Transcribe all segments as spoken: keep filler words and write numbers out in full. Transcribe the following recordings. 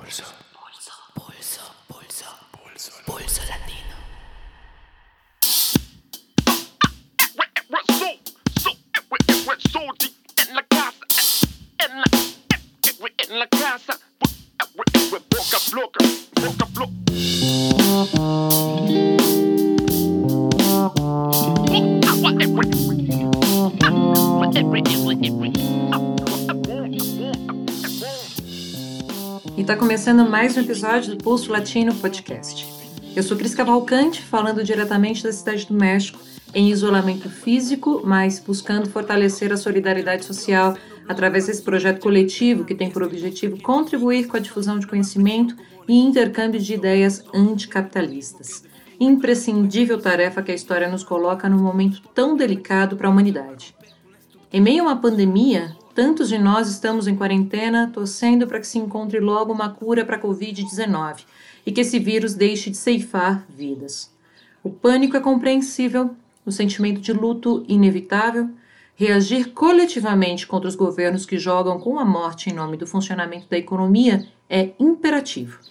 Pulso. Pulso. Pulso. Pulso. Pulso. Pulso latino. En la casa. En la. En la casa. Boca bloca. Boca bloca. E está começando mais um episódio do Pulso Latino Podcast. Eu sou Cris Cavalcante, falando diretamente da Cidade do México, em isolamento físico, mas buscando fortalecer a solidariedade social através desse projeto coletivo que tem por objetivo contribuir com a difusão de conhecimento e intercâmbio de ideias anticapitalistas. Imprescindível tarefa que a história nos coloca num momento tão delicado para a humanidade. Em meio a uma pandemia, tantos de nós estamos em quarentena, torcendo para que se encontre logo uma cura para a covid dezenove e que esse vírus deixe de ceifar vidas. O pânico é compreensível, o sentimento de luto inevitável, reagir coletivamente contra os governos que jogam com a morte em nome do funcionamento da economia é imperativo.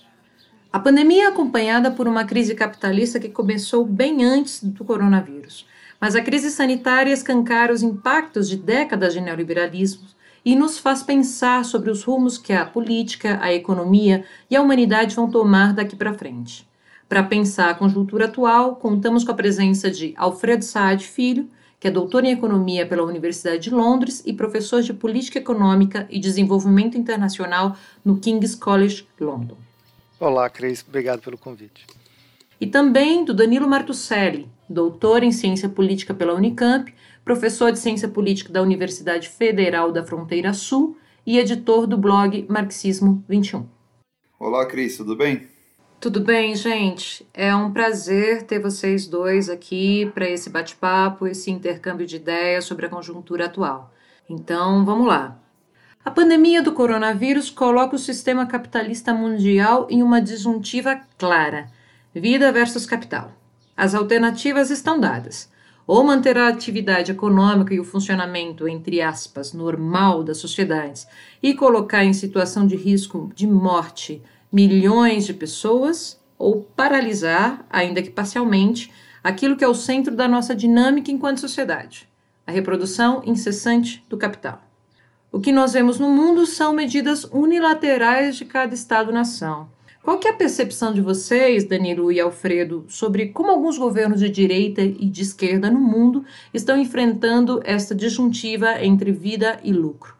A pandemia é acompanhada por uma crise capitalista que começou bem antes do coronavírus, mas a crise sanitária escancara os impactos de décadas de neoliberalismo e nos faz pensar sobre os rumos que a política, a economia e a humanidade vão tomar daqui para frente. Para pensar a conjuntura atual, contamos com a presença de Alfredo Saad Filho, que é doutor em Economia pela Universidade de Londres e professor de Política Econômica e Desenvolvimento Internacional no King's College, London. Olá, Cris. Obrigado pelo convite. E também do Danilo Martuccelli, doutor em Ciência Política pela Unicamp, professor de Ciência Política da Universidade Federal da Fronteira Sul e editor do blog Marxismo vinte e um. Olá, Cris. Tudo bem? Tudo bem, gente? É um prazer ter vocês dois aqui para esse bate-papo, esse intercâmbio de ideias sobre a conjuntura atual. Então, vamos lá. A pandemia do coronavírus coloca o sistema capitalista mundial em uma disjuntiva clara: vida versus capital. As alternativas estão dadas. Ou manter a atividade econômica e o funcionamento, entre aspas, normal das sociedades e colocar em situação de risco de morte milhões de pessoas, ou paralisar, ainda que parcialmente, aquilo que é o centro da nossa dinâmica enquanto sociedade: a reprodução incessante do capital. O que nós vemos no mundo são medidas unilaterais de cada Estado-nação. Qual que é a percepção de vocês, Danilo e Alfredo, sobre como alguns governos de direita e de esquerda no mundo estão enfrentando essa disjuntiva entre vida e lucro?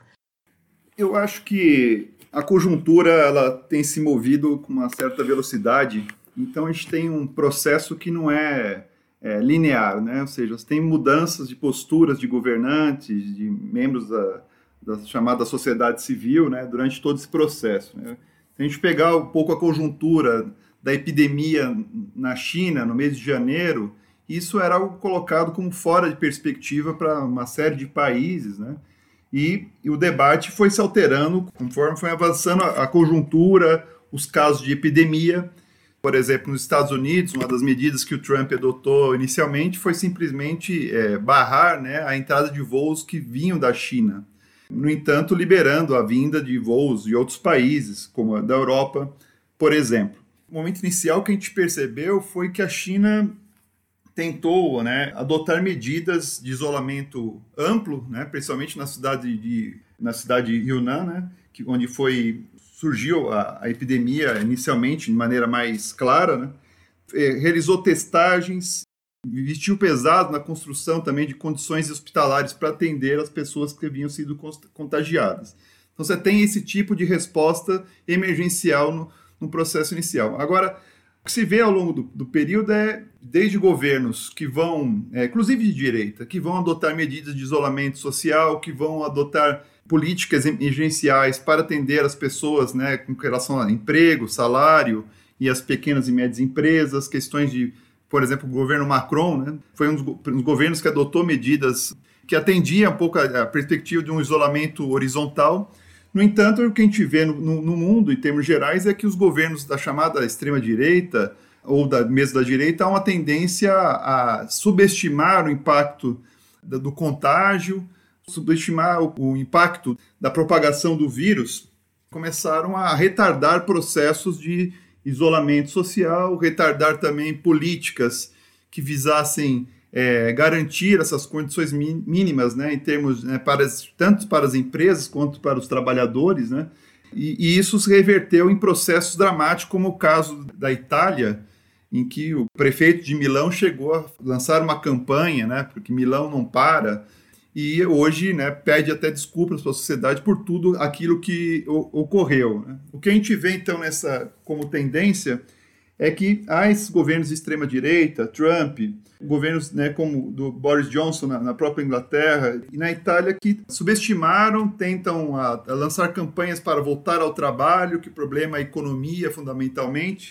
Eu acho que a conjuntura ela tem se movido com uma certa velocidade, então a gente tem um processo que não é, é linear, né? Ou seja, você tem mudanças de posturas de governantes, de membros da, da chamada sociedade civil, né, durante todo esse processo, né? Se a gente pegar um pouco a conjuntura da epidemia na China, no mês de janeiro, isso era algo colocado como fora de perspectiva para uma série de países, né? E, e o debate foi se alterando conforme foi avançando a, a conjuntura, os casos de epidemia. Por exemplo, nos Estados Unidos, uma das medidas que o Trump adotou inicialmente foi simplesmente é, barrar, né, a entrada de voos que vinham da China. No entanto, liberando a vinda de voos de outros países, como a da Europa, por exemplo. O momento inicial que a gente percebeu foi que a China tentou, né, adotar medidas de isolamento amplo, né, principalmente na cidade de, na cidade de Yunnan, né, que, onde foi, surgiu a, a epidemia inicialmente de maneira mais clara, né, realizou testagens, investiu pesado na construção também de condições hospitalares para atender as pessoas que haviam sido contagiadas. Então você tem esse tipo de resposta emergencial no, no processo inicial. Agora, o que se vê ao longo do, do período é, desde governos que vão, é, inclusive de direita, que vão adotar medidas de isolamento social, que vão adotar políticas emergenciais para atender as pessoas, né, com relação a emprego, salário e as pequenas e médias empresas, questões de, por exemplo, o governo Macron, né, foi um dos, um dos governos que adotou medidas que atendiam um pouco a, a perspectiva de um isolamento horizontal. No entanto, o que a gente vê no, no, no mundo, em termos gerais, é que os governos da chamada extrema-direita, ou da, mesmo da direita, há uma tendência a, a subestimar o impacto da, do contágio, subestimar o, o impacto da propagação do vírus começaram a retardar processos de isolamento social, retardar também políticas que visassem é, garantir essas condições mínimas, né, em termos, né, para as, tanto para as empresas quanto para os trabalhadores, né, e, e isso se reverteu em processos dramáticos, como o caso da Itália, em que o prefeito de Milão chegou a lançar uma campanha, né, porque Milão não para, e hoje, né, pede até desculpas para a sociedade por tudo aquilo que o, ocorreu, né. O que a gente vê, então, nessa, como tendência, é que há esses governos de extrema-direita, Trump, governos, né, como do Boris Johnson na, na própria Inglaterra e na Itália, que subestimaram, tentam a, a lançar campanhas para voltar ao trabalho, que o problema é a economia, fundamentalmente.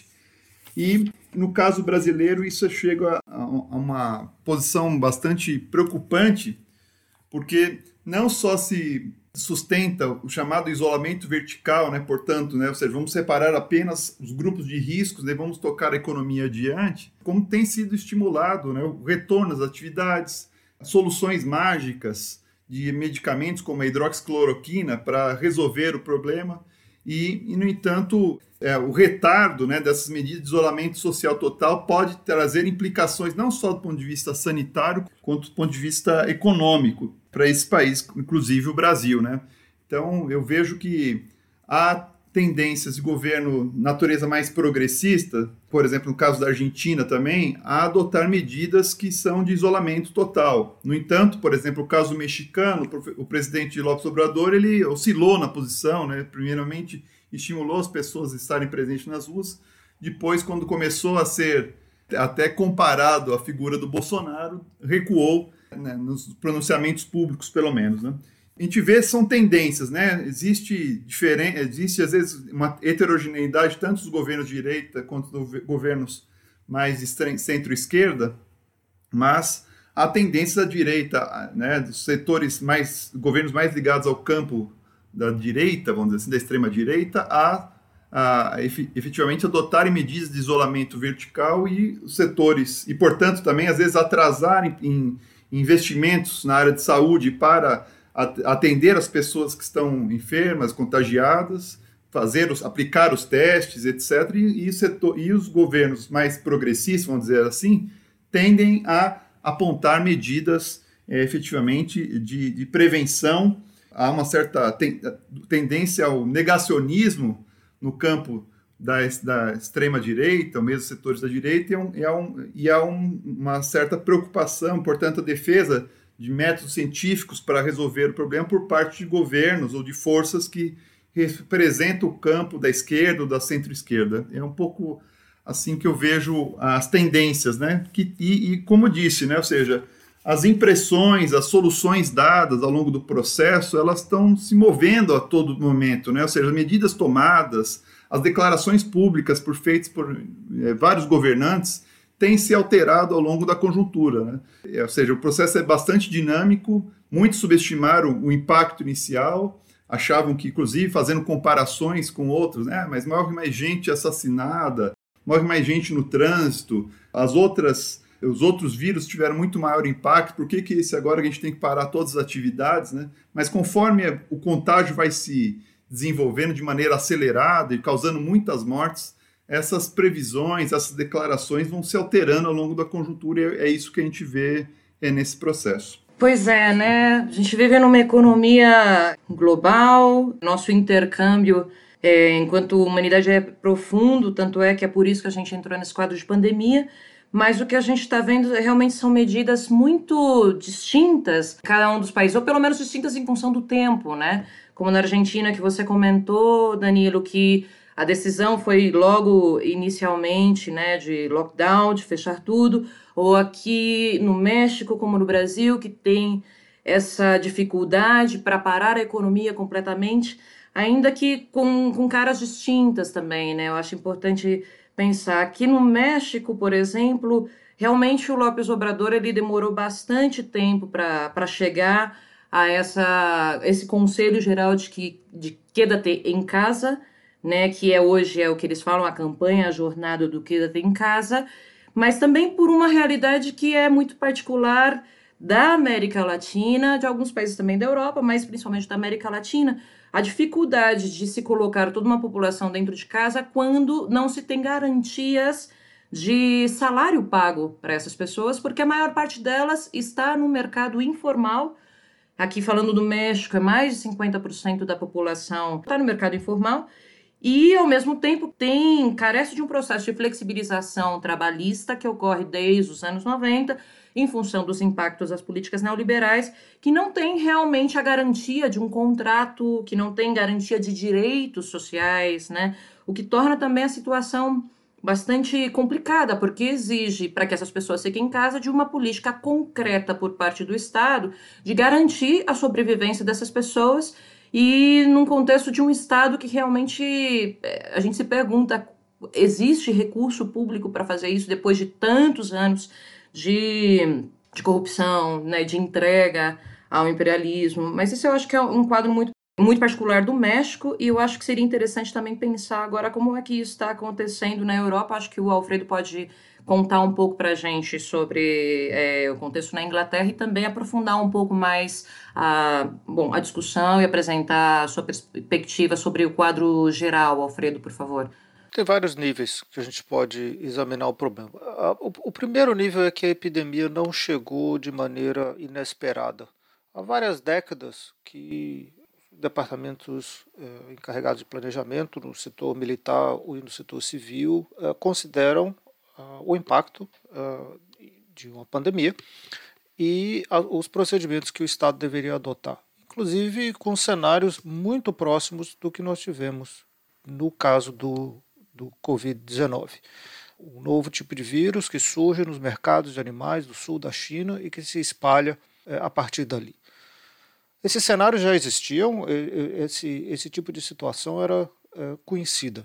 E, no caso brasileiro, isso chega a, a uma posição bastante preocupante, porque não só se sustenta o chamado isolamento vertical, né, portanto, né, ou seja, vamos separar apenas os grupos de riscos, né, vamos tocar a economia adiante, como tem sido estimulado, né, o retorno às atividades, soluções mágicas de medicamentos como a hidroxicloroquina para resolver o problema, e, e no entanto, é, o retardo, né, dessas medidas de isolamento social total pode trazer implicações não só do ponto de vista sanitário, quanto do ponto de vista econômico para esse país, inclusive o Brasil, né? Então, eu vejo que há tendências de governo natureza mais progressista, por exemplo, no caso da Argentina também, a adotar medidas que são de isolamento total. No entanto, por exemplo, o caso mexicano, o presidente López Obrador, ele oscilou na posição, né? Primeiramente, estimulou as pessoas a estarem presentes nas ruas, depois, quando começou a ser até comparado à figura do Bolsonaro, recuou, né, nos pronunciamentos públicos, pelo menos, né? A gente vê são tendências, né? Existe, diferen... Existe, às vezes, uma heterogeneidade tanto dos governos de direita quanto dos governos mais de centro-esquerda, mas há tendências da direita, né, dos setores mais, governos mais ligados ao campo da direita, vamos dizer assim, da extrema-direita, a, a efetivamente adotarem medidas de isolamento vertical e os setores, e, portanto, também, às vezes, atrasarem em investimentos na área de saúde para atender as pessoas que estão enfermas, contagiadas, fazer os, aplicar os testes, etcétera. E, e, setor, e os governos mais progressistas, vamos dizer assim, tendem a apontar medidas é, efetivamente de, de prevenção. Há uma certa ten, tendência ao negacionismo no campo da, da extrema-direita, ou mesmo setores da direita, e há, um, e há, um, e há um, uma certa preocupação, portanto, a defesa de métodos científicos para resolver o problema por parte de governos ou de forças que representam o campo da esquerda ou da centro-esquerda. É um pouco assim que eu vejo as tendências, né? Que, e, e como disse, né? Ou seja, as impressões, as soluções dadas ao longo do processo, elas estão se movendo a todo momento, né? Ou seja, as medidas tomadas, as declarações públicas por, feitas por é, vários governantes têm se alterado ao longo da conjuntura, né? É, ou seja, o processo é bastante dinâmico, muitos subestimaram o impacto inicial, achavam que, inclusive, fazendo comparações com outros, né? Mas morre mais gente assassinada, morre mais gente no trânsito, as outras, os outros vírus tiveram muito maior impacto, por que que esse agora a gente tem que parar todas as atividades, né? Mas conforme o contágio vai se desenvolvendo de maneira acelerada e causando muitas mortes, essas previsões, essas declarações vão se alterando ao longo da conjuntura, e é isso que a gente vê é, nesse processo. Pois é, né? A gente vive numa economia global, nosso intercâmbio é, enquanto humanidade é profundo, tanto é que é por isso que a gente entrou nesse quadro de pandemia, mas o que a gente está vendo realmente são medidas muito distintas em cada um dos países, ou pelo menos distintas em função do tempo, né? Como na Argentina, que você comentou, Danilo, que a decisão foi logo inicialmente, né, de lockdown, de fechar tudo, ou aqui no México, como no Brasil, que tem essa dificuldade para parar a economia completamente, ainda que com, com caras distintas também, né? Eu acho importante pensar. Aqui no México, por exemplo, realmente o López Obrador ele demorou bastante tempo para chegar a essa, esse conselho geral de, que, de quédate em casa, né, que é hoje é o que eles falam, a campanha, a jornada do quédate em casa, mas também por uma realidade que é muito particular da América Latina, de alguns países também da Europa, mas principalmente da América Latina, a dificuldade de se colocar toda uma população dentro de casa quando não se tem garantias de salário pago para essas pessoas, porque a maior parte delas está no mercado informal. Aqui falando do México, é mais de cinquenta por cento da população está no mercado informal e, ao mesmo tempo, tem, carece de um processo de flexibilização trabalhista que ocorre desde os anos noventa, em função dos impactos das políticas neoliberais, que não tem realmente a garantia de um contrato, que não tem garantia de direitos sociais, né? O que torna também a situação bastante complicada, porque exige, para que essas pessoas fiquem em casa, de uma política concreta por parte do Estado de garantir a sobrevivência dessas pessoas e num contexto de um Estado que realmente a gente se pergunta, existe recurso público para fazer isso depois de tantos anos de, de corrupção, né, de entrega ao imperialismo? Mas isso eu acho que é um quadro muito muito particular do México, e eu acho que seria interessante também pensar agora como é que isso está acontecendo na Europa. Acho que o Alfredo pode contar um pouco para a gente sobre é, o contexto na Inglaterra e também aprofundar um pouco mais a, bom, a discussão e apresentar a sua perspectiva sobre o quadro geral. Alfredo, por favor. Tem vários níveis que a gente pode examinar o problema. O, o primeiro nível é que a epidemia não chegou de maneira inesperada. Há várias décadas que departamentos eh, encarregados de planejamento no setor militar e no setor civil eh, consideram uh, o impacto uh, de uma pandemia e a, os procedimentos que o Estado deveria adotar, inclusive com cenários muito próximos do que nós tivemos no caso do, do covid dezenove. Um novo tipo de vírus que surge nos mercados de animais do sul da China e que se espalha eh, a partir dali. Esses cenários já existiam, esse, esse tipo de situação era é, conhecida.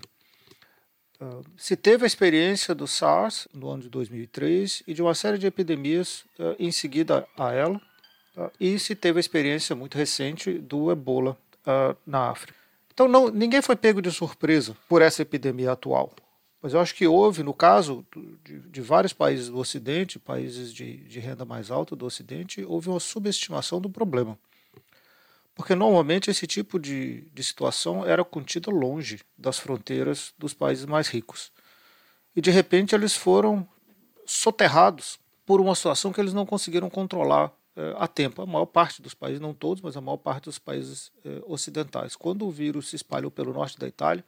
Uh, se teve a experiência do SARS no ano de dois mil e três e de uma série de epidemias uh, em seguida a ela, uh, e se teve a experiência muito recente do Ebola uh, na África. Então não, ninguém foi pego de surpresa por essa epidemia atual. Mas eu acho que houve, no caso de, de vários países do Ocidente, países de, de renda mais alta do Ocidente, houve uma subestimação do problema. Porque normalmente esse tipo de, de situação era contida longe das fronteiras dos países mais ricos. E de repente eles foram soterrados por uma situação que eles não conseguiram controlar eh, a tempo. A maior parte dos países, não todos, mas a maior parte dos países eh, ocidentais. Quando o vírus se espalhou pelo norte da Itália,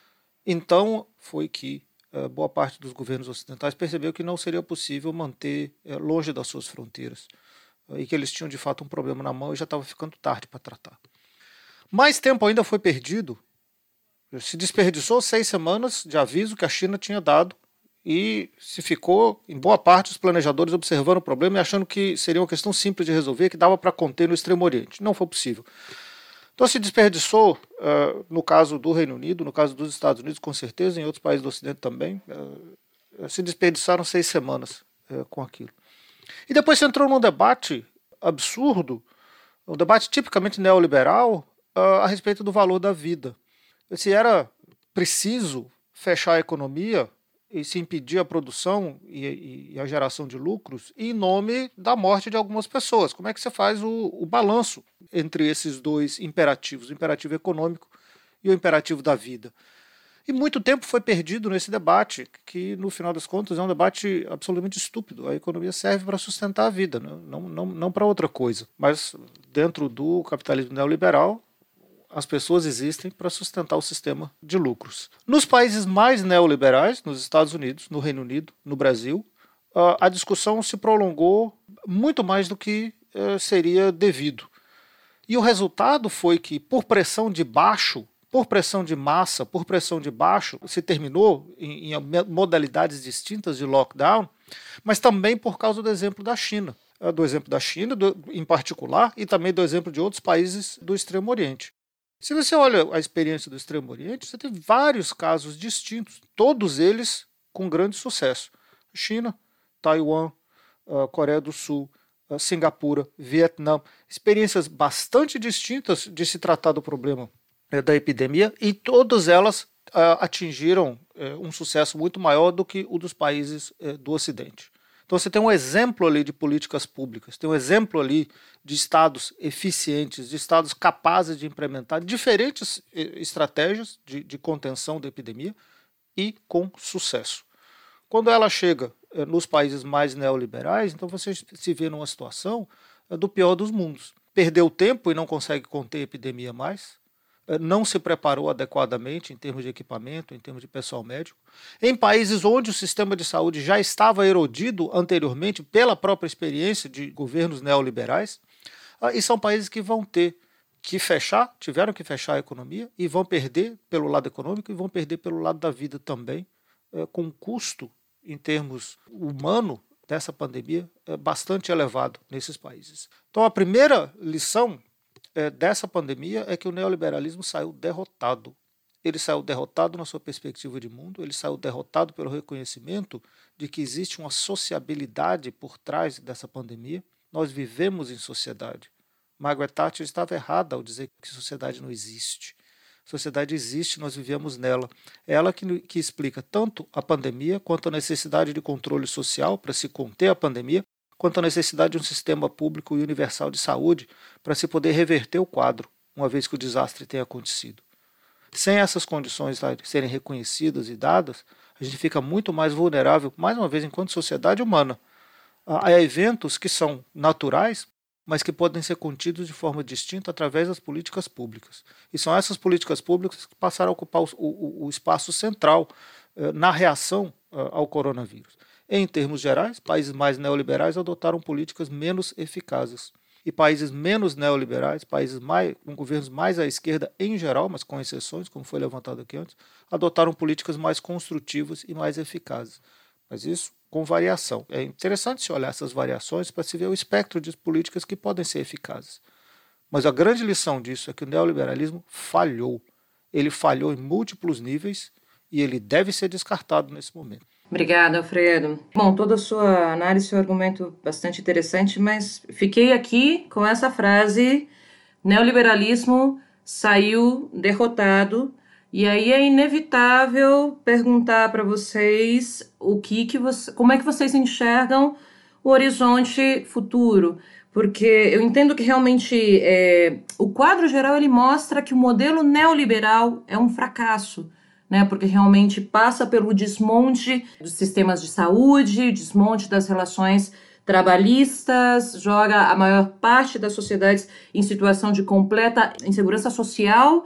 então foi que eh, boa parte dos governos ocidentais percebeu que não seria possível manter eh, longe das suas fronteiras. E que eles tinham de fato um problema na mão e já estava ficando tarde para tratar. Mais tempo ainda foi perdido, se desperdiçou seis semanas de aviso que a China tinha dado e se ficou, em boa parte, os planejadores observando o problema e achando que seria uma questão simples de resolver, que dava para conter no Extremo Oriente. Não foi possível. Então se desperdiçou, uh, no caso do Reino Unido, no caso dos Estados Unidos, com certeza, em outros países do Ocidente também, uh, se desperdiçaram seis semanas uh, com aquilo. E depois você entrou num debate absurdo, um debate tipicamente neoliberal, uh, a respeito do valor da vida. Se era preciso fechar a economia e se impedir a produção e, e, e a geração de lucros em nome da morte de algumas pessoas. Como é que você faz o, o balanço entre esses dois imperativos, o imperativo econômico e o imperativo da vida? E muito tempo foi perdido nesse debate, que no final das contas é um debate absolutamente estúpido. A economia serve para sustentar a vida, não, não, não para outra coisa. Mas dentro do capitalismo neoliberal, as pessoas existem para sustentar o sistema de lucros. Nos países mais neoliberais, nos Estados Unidos, no Reino Unido, no Brasil, a discussão se prolongou muito mais do que seria devido. E o resultado foi que, por pressão de baixo, por pressão de massa, por pressão de baixo, se terminou em, em modalidades distintas de lockdown, mas também por causa do exemplo da China. Do exemplo da China, do, em particular, e também do exemplo de outros países do Extremo Oriente. Se você olha a experiência do Extremo Oriente, você tem vários casos distintos, todos eles com grande sucesso. China, Taiwan, uh, Coreia do Sul, uh, Singapura, Vietnã, experiências bastante distintas de se tratar do problema da epidemia, e todas elas uh, atingiram uh, um sucesso muito maior do que o dos países uh, do Ocidente. Então você tem um exemplo ali de políticas públicas, tem um exemplo ali de estados eficientes, de estados capazes de implementar diferentes estratégias de, de contenção da epidemia e com sucesso. Quando ela chega eh, nos países mais neoliberais, então você se vê numa situação eh, do pior dos mundos. Perdeu tempo e não consegue conter a epidemia mais, eh, não se preparou adequadamente em termos de equipamento, em termos de pessoal médico. Em países onde o sistema de saúde já estava erodido anteriormente pela própria experiência de governos neoliberais, ah, e são países que vão ter que fechar, tiveram que fechar a economia e vão perder pelo lado econômico e vão perder pelo lado da vida também, eh, com um custo em termos humano dessa pandemia é bastante elevado nesses países. Então a primeira lição é, dessa pandemia é que o neoliberalismo saiu derrotado. Ele saiu derrotado na sua perspectiva de mundo, ele saiu derrotado pelo reconhecimento de que existe uma sociabilidade por trás dessa pandemia. Nós vivemos em sociedade. Margaret Thatcher estava errada ao dizer que sociedade não existe. Sociedade existe, nós vivemos nela. É ela que, que explica tanto a pandemia, quanto a necessidade de controle social para se conter a pandemia, quanto a necessidade de um sistema público e universal de saúde para se poder reverter o quadro, uma vez que o desastre tenha acontecido. Sem essas condições serem reconhecidas e dadas, a gente fica muito mais vulnerável, mais uma vez, enquanto sociedade humana, a eventos que são naturais, mas que podem ser contidos de forma distinta através das políticas públicas. E são essas políticas públicas que passaram a ocupar o, o, o espaço central eh, na reação eh, ao coronavírus. Em termos gerais, países mais neoliberais adotaram políticas menos eficazes. E países menos neoliberais, países mais, com governos mais à esquerda em geral, mas com exceções, como foi levantado aqui antes, adotaram políticas mais construtivas e mais eficazes. Mas isso com variação. É interessante se olhar essas variações para se ver o espectro de políticas que podem ser eficazes. Mas a grande lição disso é que o neoliberalismo falhou. Ele falhou em múltiplos níveis e ele deve ser descartado nesse momento. Obrigada, Alfredo. Bom, toda a sua análise, seu argumento bastante interessante, mas fiquei aqui com essa frase: neoliberalismo saiu derrotado. E aí é inevitável perguntar para vocês o que que você, como é que vocês enxergam o horizonte futuro, porque eu entendo que realmente é, o quadro geral ele mostra que o modelo neoliberal é um fracasso, né? Porque realmente passa pelo desmonte dos sistemas de saúde, desmonte das relações trabalhistas, joga a maior parte das sociedades em situação de completa insegurança social.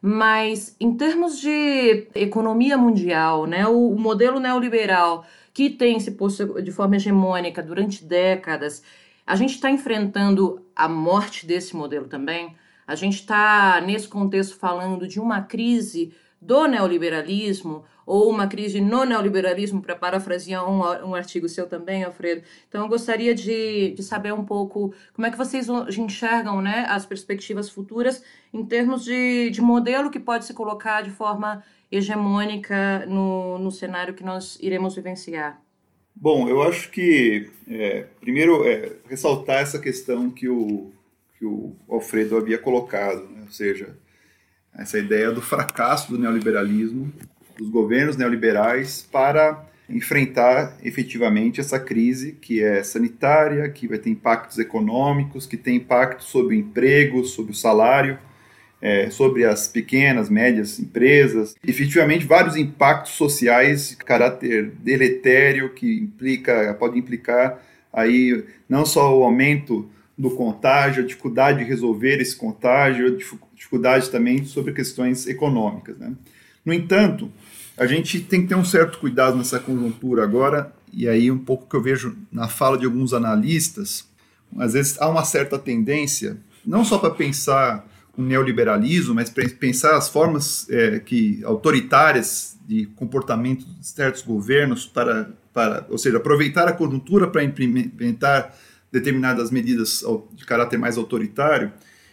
Mas em termos de economia mundial, né, o, o modelo neoliberal que tem se posto de forma hegemônica durante décadas, a gente está enfrentando a morte desse modelo também. A gente está, nesse contexto, falando de uma crise do neoliberalismo ou uma crise no neoliberalismo, para parafrasear um, um artigo seu também, Alfredo. Então, eu gostaria de, de saber um pouco como é que vocês enxergam, né, as perspectivas futuras em termos de, de modelo que pode se colocar de forma hegemônica no, no cenário que nós iremos vivenciar. Bom, eu acho que, é, primeiro, é, ressaltar essa questão que o, que o Alfredo havia colocado, né? Ou seja, essa ideia do fracasso do neoliberalismo, dos governos neoliberais para enfrentar efetivamente essa crise que é sanitária, que vai ter impactos econômicos, que tem impacto sobre o emprego, sobre o salário, é, sobre as pequenas, médias empresas, efetivamente vários impactos sociais de caráter deletério que implica, pode implicar aí não só o aumento do contágio, a dificuldade de resolver esse contágio, a dificuldade também sobre questões econômicas, né? No entanto, a gente tem que ter um certo cuidado nessa conjuntura agora, e aí um pouco que eu vejo na fala de alguns analistas, às vezes há uma certa tendência, não só para pensar o neoliberalismo, mas para pensar as formas é, que, autoritárias de comportamento de certos governos, para, para, ou seja, aproveitar a conjuntura para implementar determinadas medidas de caráter mais autoritário,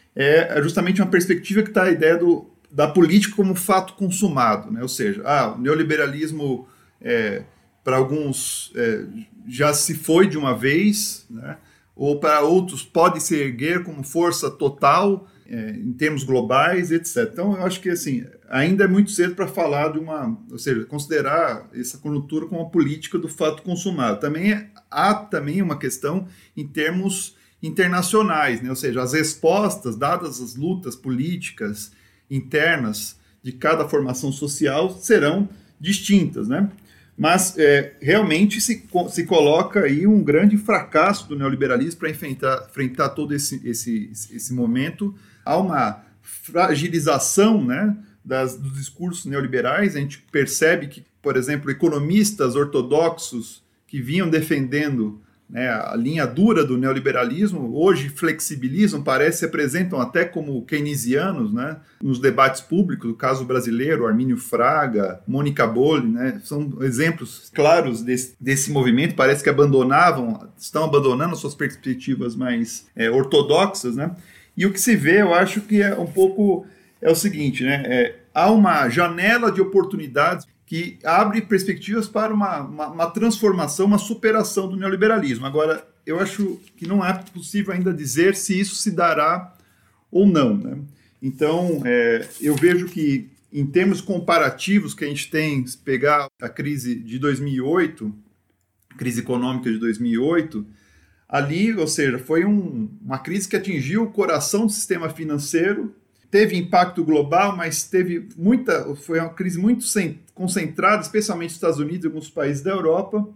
é justamente uma perspectiva que está a ideia do, da política como fato consumado, né? Ou seja, ah, o neoliberalismo, é, para alguns, é, já se foi de uma vez, né? Ou para outros pode se erguer como força total é, em termos globais, etcétera. Então, eu acho que assim, ainda é muito cedo para falar de uma, ou seja, considerar essa conjuntura como uma política do fato consumado. Também é, há também uma questão em termos internacionais, né? Ou seja, as respostas, dadas as lutas políticas internas de cada formação social, serão distintas, né? Mas é, realmente se, se coloca aí um grande fracasso do neoliberalismo para enfrentar, enfrentar todo esse, esse, esse momento. Há uma fragilização, né, das, dos discursos neoliberais. A gente percebe que, por exemplo, economistas ortodoxos que vinham defendendo, né, a linha dura do neoliberalismo, hoje flexibilizam, parece, se apresentam até como keynesianos, né, nos debates públicos, o caso brasileiro, Armínio Fraga, Mônica Bolli, né, são exemplos claros desse, desse movimento, parece que abandonavam, estão abandonando suas perspectivas mais é, ortodoxas, né, e o que se vê, eu acho que é um pouco, é o seguinte, né, é, há uma janela de oportunidades que abre perspectivas para uma, uma, uma transformação, uma superação do neoliberalismo. Agora, eu acho que não é possível ainda dizer se isso se dará ou não, né? Então, é, eu vejo que, em termos comparativos que a gente tem, se pegar a crise de dois mil e oito, crise econômica de dois mil e oito, ali, ou seja, foi um, uma crise que atingiu o coração do sistema financeiro, teve impacto global, mas teve muita, foi uma crise muito concentrada, especialmente nos Estados Unidos e alguns países da Europa.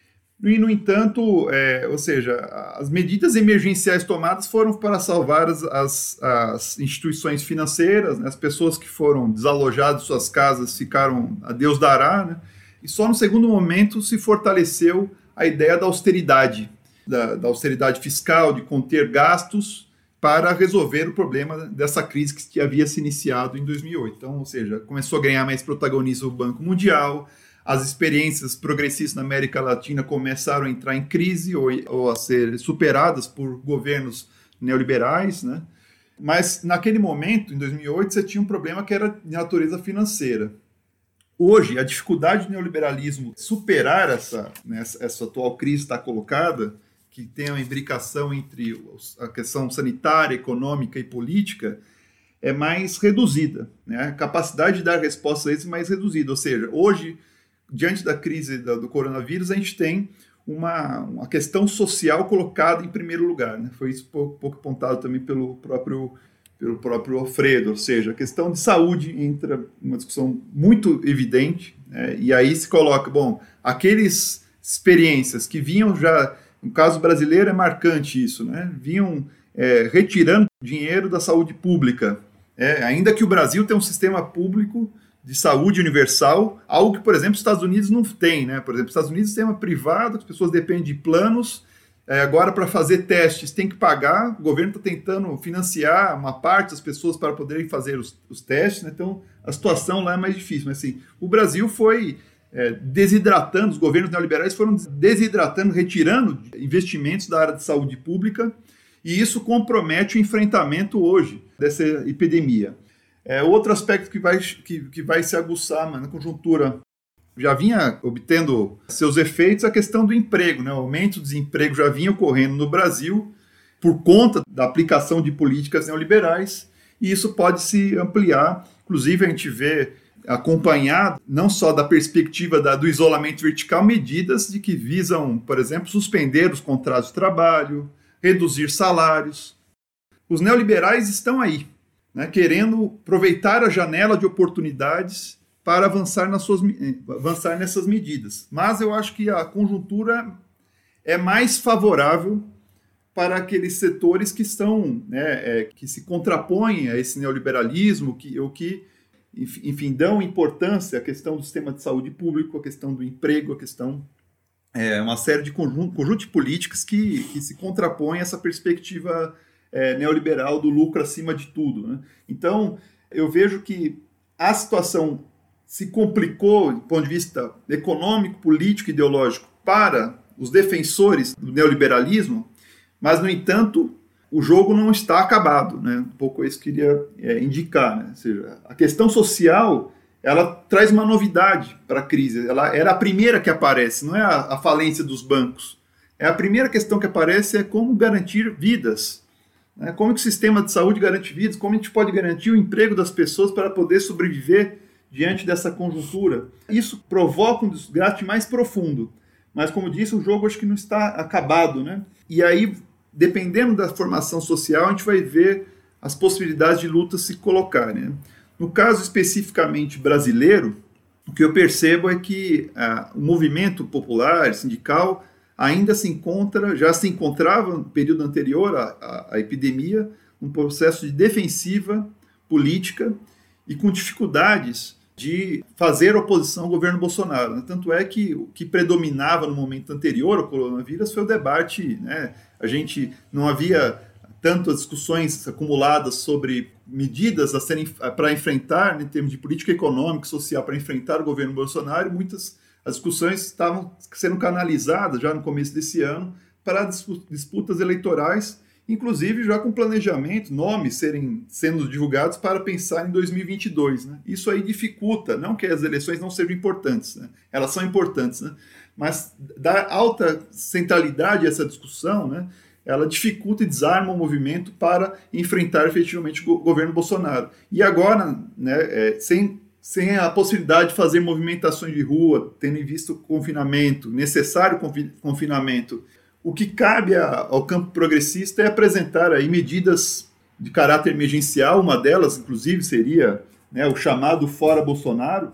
E, no entanto, é, ou seja, as medidas emergenciais tomadas foram para salvar as, as, as instituições financeiras, né? As pessoas que foram desalojadas de suas casas ficaram a Deus dará, né? E só no segundo momento se fortaleceu a ideia da austeridade, da, da austeridade fiscal, de conter gastos, para resolver o problema dessa crise que havia se iniciado em dois mil e oito. Então, ou seja, começou a ganhar mais protagonismo o Banco Mundial, as experiências progressistas na América Latina começaram a entrar em crise ou, ou a ser superadas por governos neoliberais, né? Mas, naquele momento, em dois mil e oito, você tinha um problema que era de natureza financeira. Hoje, a dificuldade do neoliberalismo superar essa, né, essa atual crise está colocada, que tem uma imbricação entre a questão sanitária, econômica e política, é mais reduzida, né? A capacidade de dar respostas a isso é mais reduzida. Ou seja, hoje, diante da crise do coronavírus, a gente tem uma, uma questão social colocada em primeiro lugar, né? Foi isso pouco, pouco apontado também pelo próprio, pelo próprio Alfredo. Ou seja, a questão de saúde entra uma discussão muito evidente, né? E aí se coloca, bom, aqueles experiências que vinham já... No caso brasileiro é marcante isso, né? Vinham é, retirando dinheiro da saúde pública. É, ainda que o Brasil tenha um sistema público de saúde universal, algo que, por exemplo, os Estados Unidos não tem, né? Por exemplo, os Estados Unidos tem sistema privado, as pessoas dependem de planos, é, agora para fazer testes tem que pagar, o governo está tentando financiar uma parte das pessoas para poderem fazer os, os testes, né? Então a situação lá é mais difícil. Mas assim, o Brasil foi... É, desidratando, os governos neoliberais foram desidratando, retirando investimentos da área de saúde pública, e isso compromete o enfrentamento hoje dessa epidemia. É, outro aspecto que vai, que, que vai se aguçar na conjuntura, já vinha obtendo seus efeitos, a questão do emprego, né? O aumento do desemprego já vinha ocorrendo no Brasil por conta da aplicação de políticas neoliberais, e isso pode se ampliar. Inclusive a gente vê acompanhado, não só da perspectiva da, do isolamento vertical, medidas de que visam, por exemplo, suspender os contratos de trabalho, reduzir salários. Os neoliberais estão aí, né, querendo aproveitar a janela de oportunidades para avançar, nas suas, avançar nessas medidas. Mas eu acho que a conjuntura é mais favorável para aqueles setores que estão, né, é, que se contrapõem a esse neoliberalismo, que, ou que enfim, dão importância à questão do sistema de saúde público, à questão do emprego, à questão, é, uma série de conjunto, conjunto de políticas que, que se contrapõem a essa perspectiva é, neoliberal do lucro acima de tudo, né? Então, eu vejo que a situação se complicou do ponto de vista econômico, político e ideológico para os defensores do neoliberalismo, mas, no entanto, o jogo não está acabado, né? Um pouco isso que eu queria é, indicar, né? Ou seja, a questão social, ela traz uma novidade para a crise. Ela era a primeira que aparece, não é a, a falência dos bancos. É a primeira questão que aparece é como garantir vidas. né? Como que o sistema de saúde garante vidas, como a gente pode garantir o emprego das pessoas para poder sobreviver diante dessa conjuntura. Isso provoca um desgaste mais profundo. Mas, como disse, o jogo acho que não está acabado, né? E aí, dependendo da formação social, a gente vai ver as possibilidades de luta se colocarem, né? No caso especificamente brasileiro, o que eu percebo é que ah, o movimento popular, sindical, ainda se encontra, já se encontrava no período anterior à, à, à epidemia, um processo de defensiva política e com dificuldades de fazer oposição ao governo Bolsonaro, né? Tanto é que o que predominava no momento anterior ao coronavírus foi o debate, né? A gente não havia tantas discussões acumuladas sobre medidas a serem para enfrentar, em termos de política econômica e social, para enfrentar o governo Bolsonaro, e muitas as discussões estavam sendo canalizadas já no começo desse ano para disputas eleitorais, inclusive já com planejamento, nomes serem sendo divulgados para pensar em dois mil e vinte e dois. Né? Isso aí dificulta, não que as eleições não sejam importantes, né? Elas são importantes, né? Mas dá alta centralidade a essa discussão, né? Ela dificulta e desarma o movimento para enfrentar efetivamente o governo Bolsonaro. E agora, né, é, sem, sem a possibilidade de fazer movimentações de rua, tendo em vista o confinamento, necessário confinamento, o que cabe a, ao campo progressista é apresentar aí medidas de caráter emergencial, uma delas, inclusive, seria, né, o chamado Fora Bolsonaro,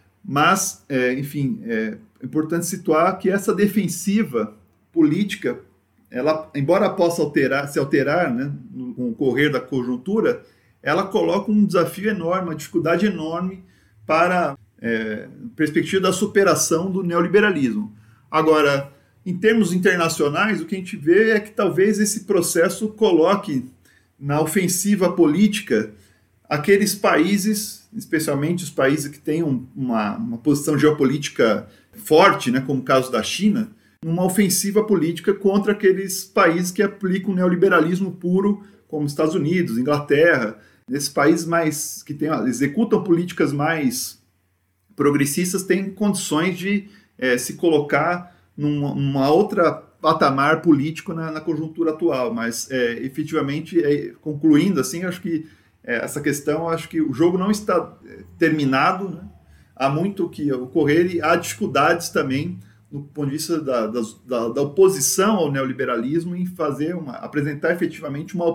mas, é, enfim, é importante situar que essa defensiva política, ela, embora possa alterar, se alterar, né, no, com o correr da conjuntura, ela coloca um desafio enorme, uma dificuldade enorme para é, a perspectiva da superação do neoliberalismo. Agora, em termos internacionais, o que a gente vê é que talvez esse processo coloque na ofensiva política aqueles países, especialmente os países que têm um, uma, uma posição geopolítica forte, né, como o caso da China, numa ofensiva política contra aqueles países que aplicam neoliberalismo puro, como Estados Unidos, Inglaterra, esses países mais que tem, executam políticas mais progressistas têm condições de é, se colocar numa, numa outra patamar político na, na conjuntura atual, mas é, efetivamente, é, concluindo assim, acho que é, essa questão, acho que o jogo não está terminado, né? Há muito que ocorrer e há dificuldades também do ponto de vista da, da, da oposição ao neoliberalismo em fazer uma, apresentar efetivamente uma,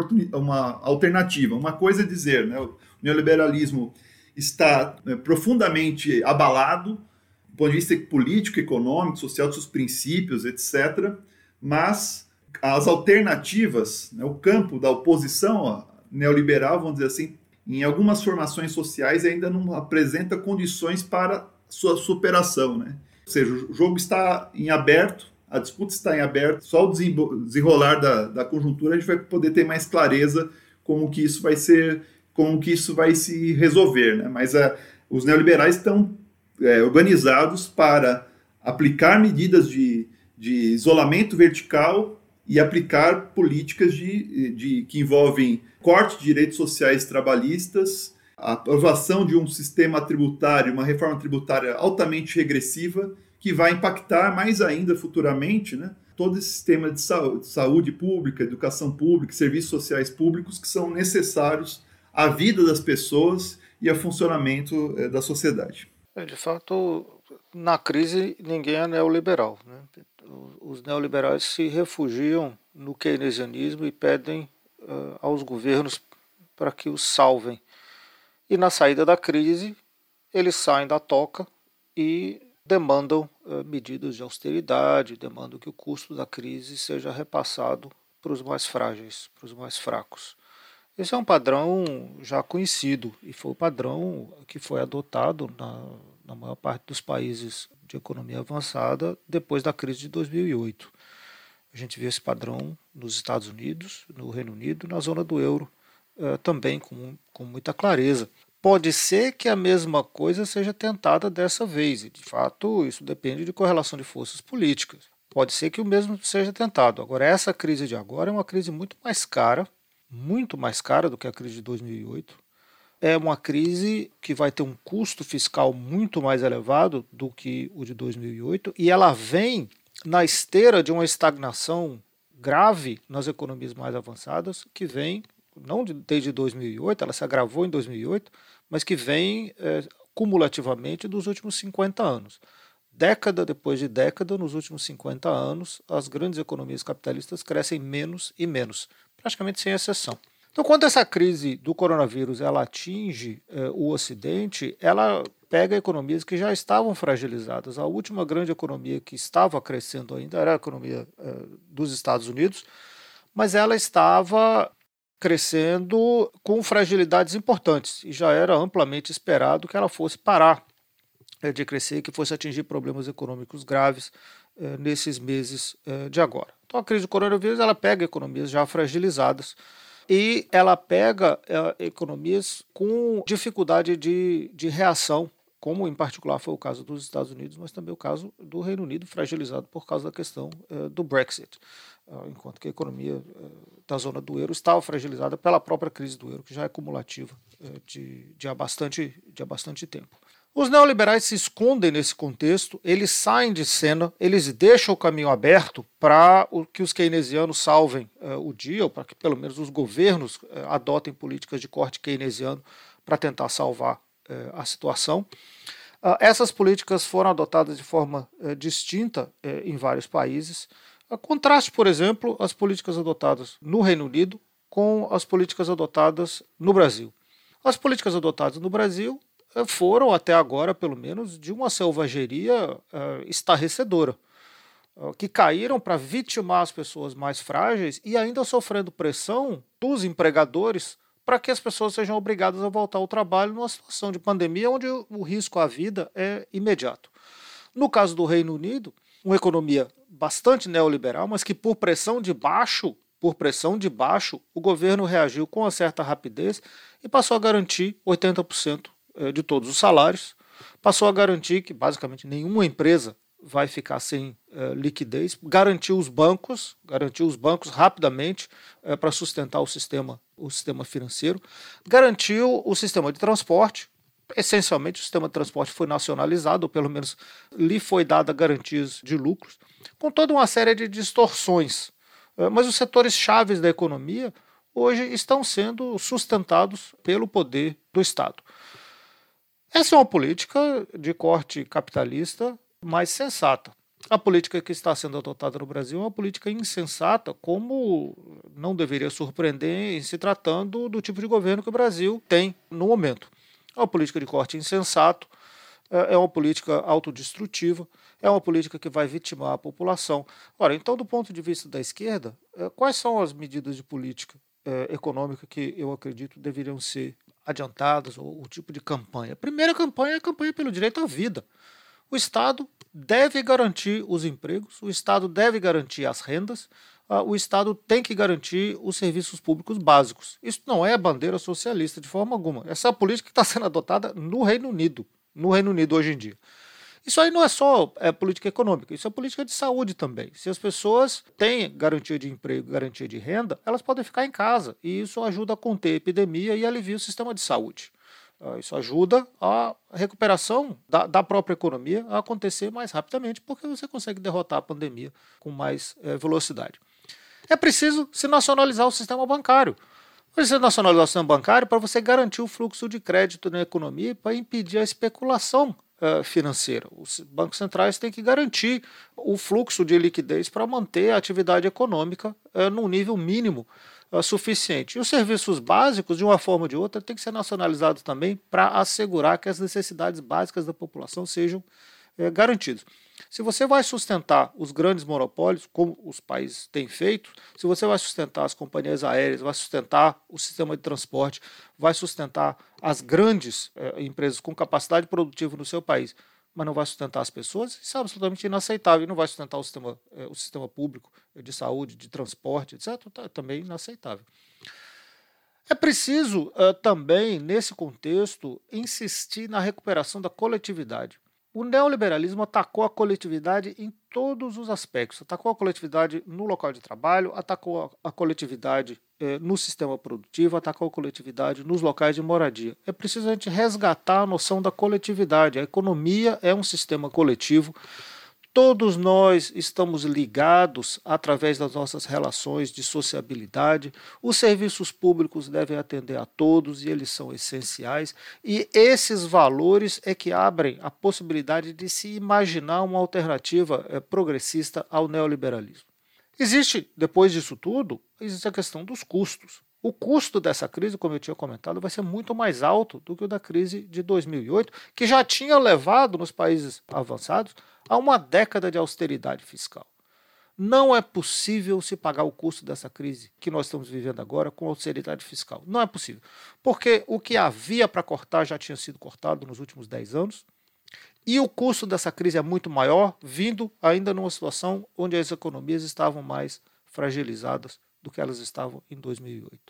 uma alternativa. Uma coisa é dizer, né, o neoliberalismo está é, profundamente abalado do ponto de vista político, econômico, social, dos seus princípios, etcétera, mas as alternativas, né, o campo da oposição ó, neoliberal, vamos dizer assim, em algumas formações sociais ainda não apresenta condições para sua superação, né? Ou seja, o jogo está em aberto, a disputa está em aberto, só o desenrolar da, da conjuntura a gente vai poder ter mais clareza como que isso vai ser, como que isso vai se resolver, né? Mas a, os neoliberais estão é, organizados para aplicar medidas de, de isolamento vertical e aplicar políticas de, de, que envolvem corte de direitos sociais trabalhistas, a aprovação de um sistema tributário, uma reforma tributária altamente regressiva, que vai impactar mais ainda futuramente, né, todo esse sistema de saúde, saúde pública, educação pública, serviços sociais públicos que são necessários à vida das pessoas e ao funcionamento eh, da sociedade. De fato, na crise ninguém é neoliberal, né? Os neoliberais se refugiam no keynesianismo e pedem uh, aos governos para que os salvem. E na saída da crise, eles saem da toca e demandam uh, medidas de austeridade, demandam que o custo da crise seja repassado para os mais frágeis, para os mais fracos. Esse é um padrão já conhecido e foi o padrão que foi adotado na, na maior parte dos países de economia avançada depois da crise de dois mil e oito. A gente viu esse padrão nos Estados Unidos, no Reino Unido, na zona do euro, eh, também com, com muita clareza. Pode ser que a mesma coisa seja tentada dessa vez, e de fato isso depende de correlação de forças políticas. Pode ser que o mesmo seja tentado. Agora, essa crise de agora é uma crise muito mais cara, muito mais cara do que a crise de dois mil e oito. É uma crise que vai ter um custo fiscal muito mais elevado do que o de dois mil e oito, e ela vem na esteira de uma estagnação grave nas economias mais avançadas, que vem, não de, desde dois mil e oito, ela se agravou em dois mil e oito, mas que vem é, cumulativamente dos últimos cinquenta anos. Década depois de década, nos últimos cinquenta anos, as grandes economias capitalistas crescem menos e menos, praticamente sem exceção. Então, quando essa crise do coronavírus ela atinge eh, o Ocidente, ela pega economias que já estavam fragilizadas. A última grande economia que estava crescendo ainda era a economia eh, dos Estados Unidos, mas ela estava crescendo com fragilidades importantes e já era amplamente esperado que ela fosse parar eh, de crescer, que fosse atingir problemas econômicos graves eh, nesses meses eh, de agora. Então, a crise do coronavírus ela pega economias já fragilizadas, e ela pega é, economias com dificuldade de, de reação, como em particular foi o caso dos Estados Unidos, mas também o caso do Reino Unido, fragilizado por causa da questão é, do Brexit, é, enquanto que a economia é, da zona do euro estava fragilizada pela própria crise do euro, que já é cumulativa é, de, de, há bastante, de há bastante tempo. Os neoliberais se escondem nesse contexto, eles saem de cena, eles deixam o caminho aberto para que os keynesianos salvem uh, o dia, ou para que pelo menos os governos uh, adotem políticas de corte keynesiano para tentar salvar uh, a situação. Uh, essas políticas foram adotadas de forma uh, distinta uh, em vários países. Uh, contraste, por exemplo, as políticas adotadas no Reino Unido com as políticas adotadas no Brasil. As políticas adotadas no Brasil foram, até agora, pelo menos, de uma selvageria uh, estarrecedora, uh, que caíram para vitimar as pessoas mais frágeis e ainda sofrendo pressão dos empregadores para que as pessoas sejam obrigadas a voltar ao trabalho numa situação de pandemia onde o risco à vida é imediato. No caso do Reino Unido, uma economia bastante neoliberal, mas que por pressão de baixo, por pressão de baixo, o governo reagiu com uma certa rapidez e passou a garantir oitenta por cento de todos os salários, passou a garantir que basicamente nenhuma empresa vai ficar sem uh, liquidez, garantiu os bancos, garantiu os bancos rapidamente uh, para sustentar o sistema, o sistema financeiro, garantiu o sistema de transporte, essencialmente o sistema de transporte foi nacionalizado, ou pelo menos lhe foi dada garantias de lucros, com toda uma série de distorções, uh, mas os setores chaves da economia hoje estão sendo sustentados pelo poder do Estado. Essa é uma política de corte capitalista mais sensata. A política que está sendo adotada no Brasil é uma política insensata, como não deveria surpreender em se tratando do tipo de governo que o Brasil tem no momento. É uma política de corte insensato, é uma política autodestrutiva, é uma política que vai vitimar a população. Ora, então, do ponto de vista da esquerda, quais são as medidas de política econômica que eu acredito deveriam ser adiantadas, ou o tipo de campanha? A primeira campanha é a campanha pelo direito à vida. O Estado deve garantir os empregos, o Estado deve garantir as rendas, uh, o Estado tem que garantir os serviços públicos básicos. Isso não é a bandeira socialista de forma alguma. Essa é a política que está sendo adotada no Reino Unido, no Reino Unido hoje em dia. Isso aí não é só é, política econômica, isso é política de saúde também. Se as pessoas têm garantia de emprego, garantia de renda, elas podem ficar em casa e isso ajuda a conter a epidemia e alivia o sistema de saúde. Isso ajuda a recuperação da, da própria economia a acontecer mais rapidamente, porque você consegue derrotar a pandemia com mais é, velocidade. É preciso se nacionalizar o sistema bancário. Precisa nacionalizar o sistema bancário para você garantir o fluxo de crédito na economia e para impedir a especulação uh, financeira. Os bancos centrais têm que garantir o fluxo de liquidez para manter a atividade econômica uh, num nível mínimo uh, suficiente. E os serviços básicos, de uma forma ou de outra, têm que ser nacionalizados também para assegurar que as necessidades básicas da população sejam uh, garantidas. Se você vai sustentar os grandes monopólios, como os países têm feito, se você vai sustentar as companhias aéreas, vai sustentar o sistema de transporte, vai sustentar as grandes eh, empresas com capacidade produtiva no seu país, mas não vai sustentar as pessoas, isso é absolutamente inaceitável. E não vai sustentar o sistema, eh, o sistema público de saúde, de transporte, etcétera, tá, também inaceitável. É preciso eh, também, nesse contexto, insistir na recuperação da coletividade. O neoliberalismo atacou a coletividade em todos os aspectos. Atacou a coletividade no local de trabalho, atacou a coletividade eh, no sistema produtivo, atacou a coletividade nos locais de moradia. É preciso a gente resgatar a noção da coletividade. A economia é um sistema coletivo. Todos nós estamos ligados através das nossas relações de sociabilidade. Os serviços públicos devem atender a todos e eles são essenciais. E esses valores é que abrem a possibilidade de se imaginar uma alternativa eh, progressista ao neoliberalismo. Existe, depois disso tudo, existe a questão dos custos. O custo dessa crise, como eu tinha comentado, vai ser muito mais alto do que o da crise de dois mil e oito, que já tinha levado nos países avançados a uma década de austeridade fiscal. Não é possível se pagar o custo dessa crise que nós estamos vivendo agora com austeridade fiscal. Não é possível. Porque o que havia para cortar já tinha sido cortado nos últimos dez anos. E o custo dessa crise é muito maior, vindo ainda numa situação onde as economias estavam mais fragilizadas do que elas estavam em dois mil e oito.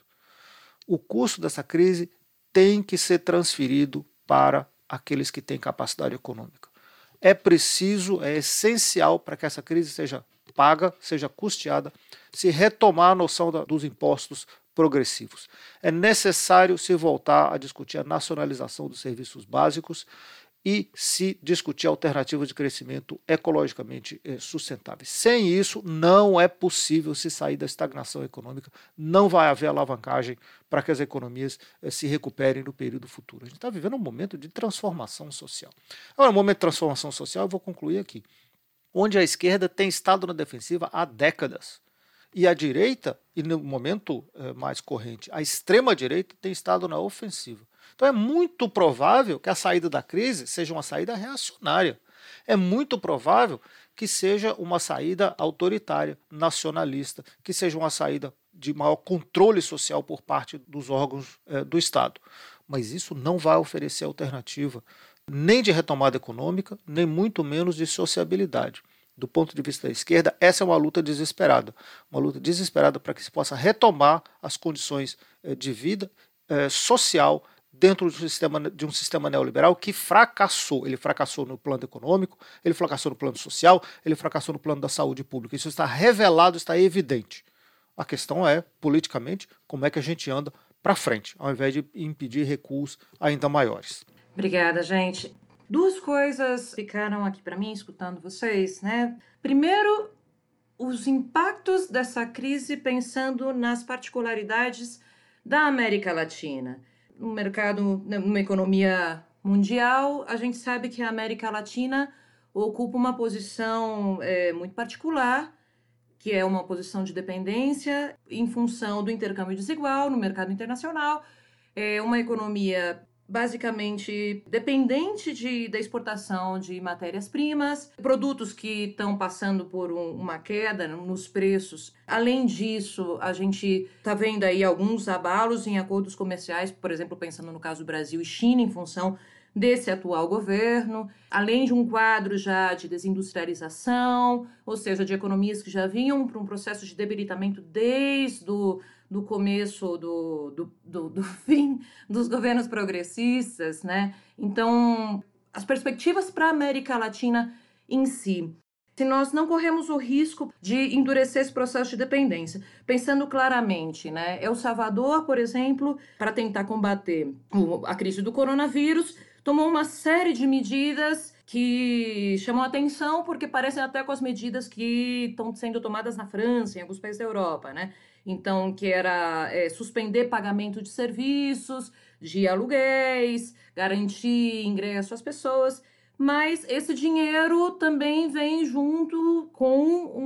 O custo dessa crise tem que ser transferido para aqueles que têm capacidade econômica. É preciso, é essencial para que essa crise seja paga, seja custeada, se retomar a noção da, dos impostos progressivos. É necessário se voltar a discutir a nacionalização dos serviços básicos e se discutir alternativas de crescimento ecologicamente eh, sustentáveis. Sem isso, não é possível se sair da estagnação econômica, não vai haver alavancagem para que as economias eh, se recuperem no período futuro. A gente está vivendo um momento de transformação social. Agora, um momento de transformação social, eu vou concluir aqui, onde a esquerda tem estado na defensiva há décadas. E a direita, e no momento eh, mais corrente, a extrema-direita tem estado na ofensiva. Então é muito provável que a saída da crise seja uma saída reacionária. É muito provável que seja uma saída autoritária, nacionalista, que seja uma saída de maior controle social por parte dos órgãos eh, do Estado. Mas isso não vai oferecer alternativa nem de retomada econômica, nem muito menos de sociabilidade. Do ponto de vista da esquerda, essa é uma luta desesperada. Uma luta desesperada para que se possa retomar as condições eh, de vida eh, social dentro de um, sistema, de um sistema neoliberal que fracassou. Ele fracassou no plano econômico, ele fracassou no plano social, ele fracassou no plano da saúde pública. Isso está revelado, está evidente. A questão é, politicamente, como é que a gente anda para frente, ao invés de impedir recuos ainda maiores. Obrigada, gente. Duas coisas ficaram aqui para mim, escutando vocês, né? Primeiro, os impactos dessa crise pensando nas particularidades da América Latina. No mercado, numa economia mundial, a gente sabe que a América Latina ocupa uma posição é, muito particular, que é uma posição de dependência em função do intercâmbio desigual no mercado internacional. É uma economia basicamente dependente de, da exportação de matérias-primas, produtos que estão passando por um, uma queda nos preços. Além disso, a gente está vendo aí alguns abalos em acordos comerciais, por exemplo, pensando no caso do Brasil e China, em função desse atual governo, além de um quadro já de desindustrialização, ou seja, de economias que já vinham para um processo de debilitamento desde o do começo, do, do, do, do fim dos governos progressistas, né? Então, as perspectivas para a América Latina em si, se nós não corremos o risco de endurecer esse processo de dependência, pensando claramente, né? El Salvador, por exemplo, para tentar combater a crise do coronavírus, tomou uma série de medidas que chamam a atenção porque parecem até com as medidas que estão sendo tomadas na França, em alguns países da Europa, né? Então, que era é, suspender pagamento de serviços, de aluguéis, garantir ingresso às pessoas, mas esse dinheiro também vem junto com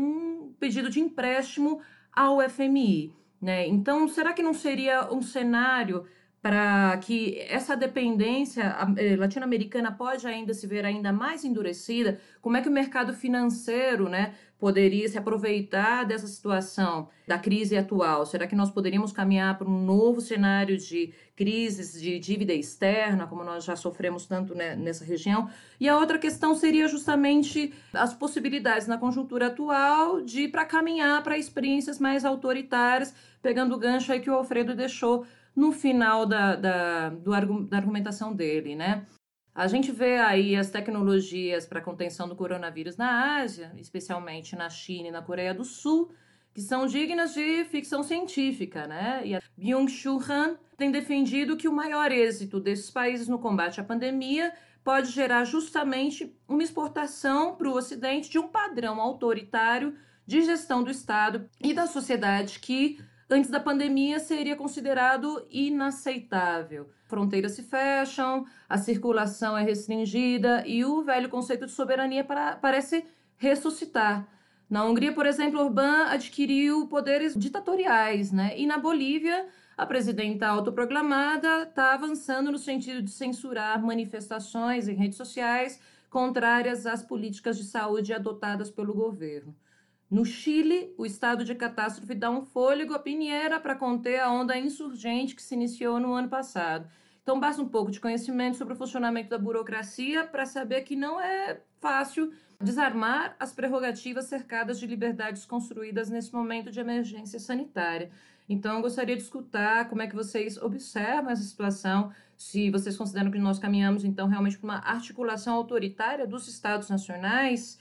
um pedido de empréstimo ao F M I, né? Então, será que não seria um cenário para que essa dependência latino-americana pode ainda se ver ainda mais endurecida? Como é que o mercado financeiro, né, poderia se aproveitar dessa situação da crise atual? Será que nós poderíamos caminhar para um novo cenário de crises de dívida externa, como nós já sofremos tanto, né, nessa região? E a outra questão seria justamente as possibilidades na conjuntura atual de para caminhar para experiências mais autoritárias, pegando o gancho aí que o Alfredo deixou no final da, da, do, da argumentação dele, né? A gente vê aí as tecnologias para contenção do coronavírus na Ásia, especialmente na China e na Coreia do Sul, que são dignas de ficção científica, né? E a Byung-Chul Han tem defendido que o maior êxito desses países no combate à pandemia pode gerar justamente uma exportação para o Ocidente de um padrão autoritário de gestão do Estado e da sociedade que, antes da pandemia, seria considerado inaceitável. Fronteiras se fecham, a circulação é restringida e o velho conceito de soberania para, parece ressuscitar. Na Hungria, por exemplo, Orbán adquiriu poderes ditatoriais, né? E na Bolívia, a presidenta autoproclamada está avançando no sentido de censurar manifestações em redes sociais contrárias às políticas de saúde adotadas pelo governo. No Chile, o estado de catástrofe dá um fôlego à Piñera para conter a onda insurgente que se iniciou no ano passado. Então, basta um pouco de conhecimento sobre o funcionamento da burocracia para saber que não é fácil desarmar as prerrogativas cercadas de liberdades construídas nesse momento de emergência sanitária. Então, eu gostaria de escutar como é que vocês observam essa situação, se vocês consideram que nós caminhamos, então, realmente para uma articulação autoritária dos Estados nacionais.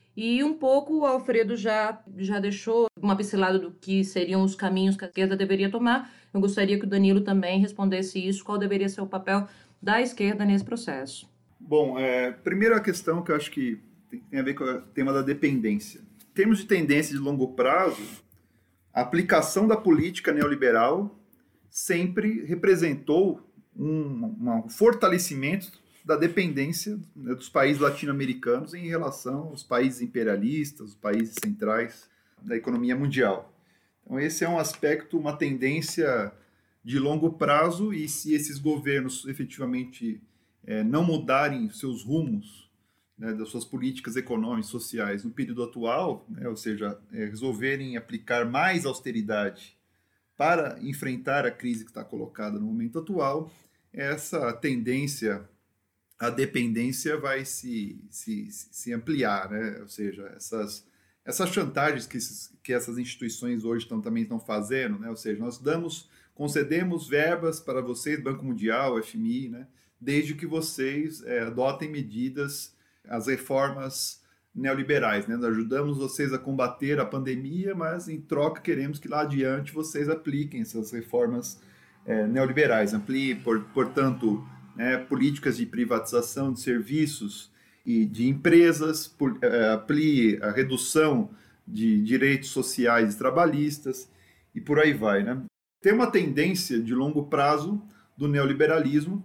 E um pouco o Alfredo já, já deixou uma pincelada do que seriam os caminhos que a esquerda deveria tomar. Eu gostaria que o Danilo também respondesse isso, qual deveria ser o papel da esquerda nesse processo. Bom, é, primeiro a questão que eu acho que tem a ver com o tema da dependência. Em termos de tendência de longo prazo, a aplicação da política neoliberal sempre representou um, um fortalecimento da dependência, né, dos países latino-americanos em relação aos países imperialistas, os países centrais da economia mundial. Então esse é um aspecto, uma tendência de longo prazo, e se esses governos efetivamente é, não mudarem seus rumos, né, das suas políticas econômicas e sociais no período atual, né, ou seja, é, resolverem aplicar mais austeridade para enfrentar a crise que está colocada no momento atual, essa tendência, a dependência vai se, se, se ampliar, né? Ou seja, essas, essas chantagens que, esses, que essas instituições hoje estão, também estão fazendo, né? Ou seja, nós damos, concedemos verbas para vocês, Banco Mundial, F M I, né? Desde que vocês é, adotem medidas, as reformas neoliberais, né? Nós ajudamos vocês a combater a pandemia, mas em troca queremos que lá adiante vocês apliquem essas reformas é, neoliberais, ampliem, por, portanto, né, políticas de privatização de serviços e de empresas, por, uh, amplie a redução de direitos sociais e trabalhistas e por aí vai, né? Tem uma tendência de longo prazo do neoliberalismo,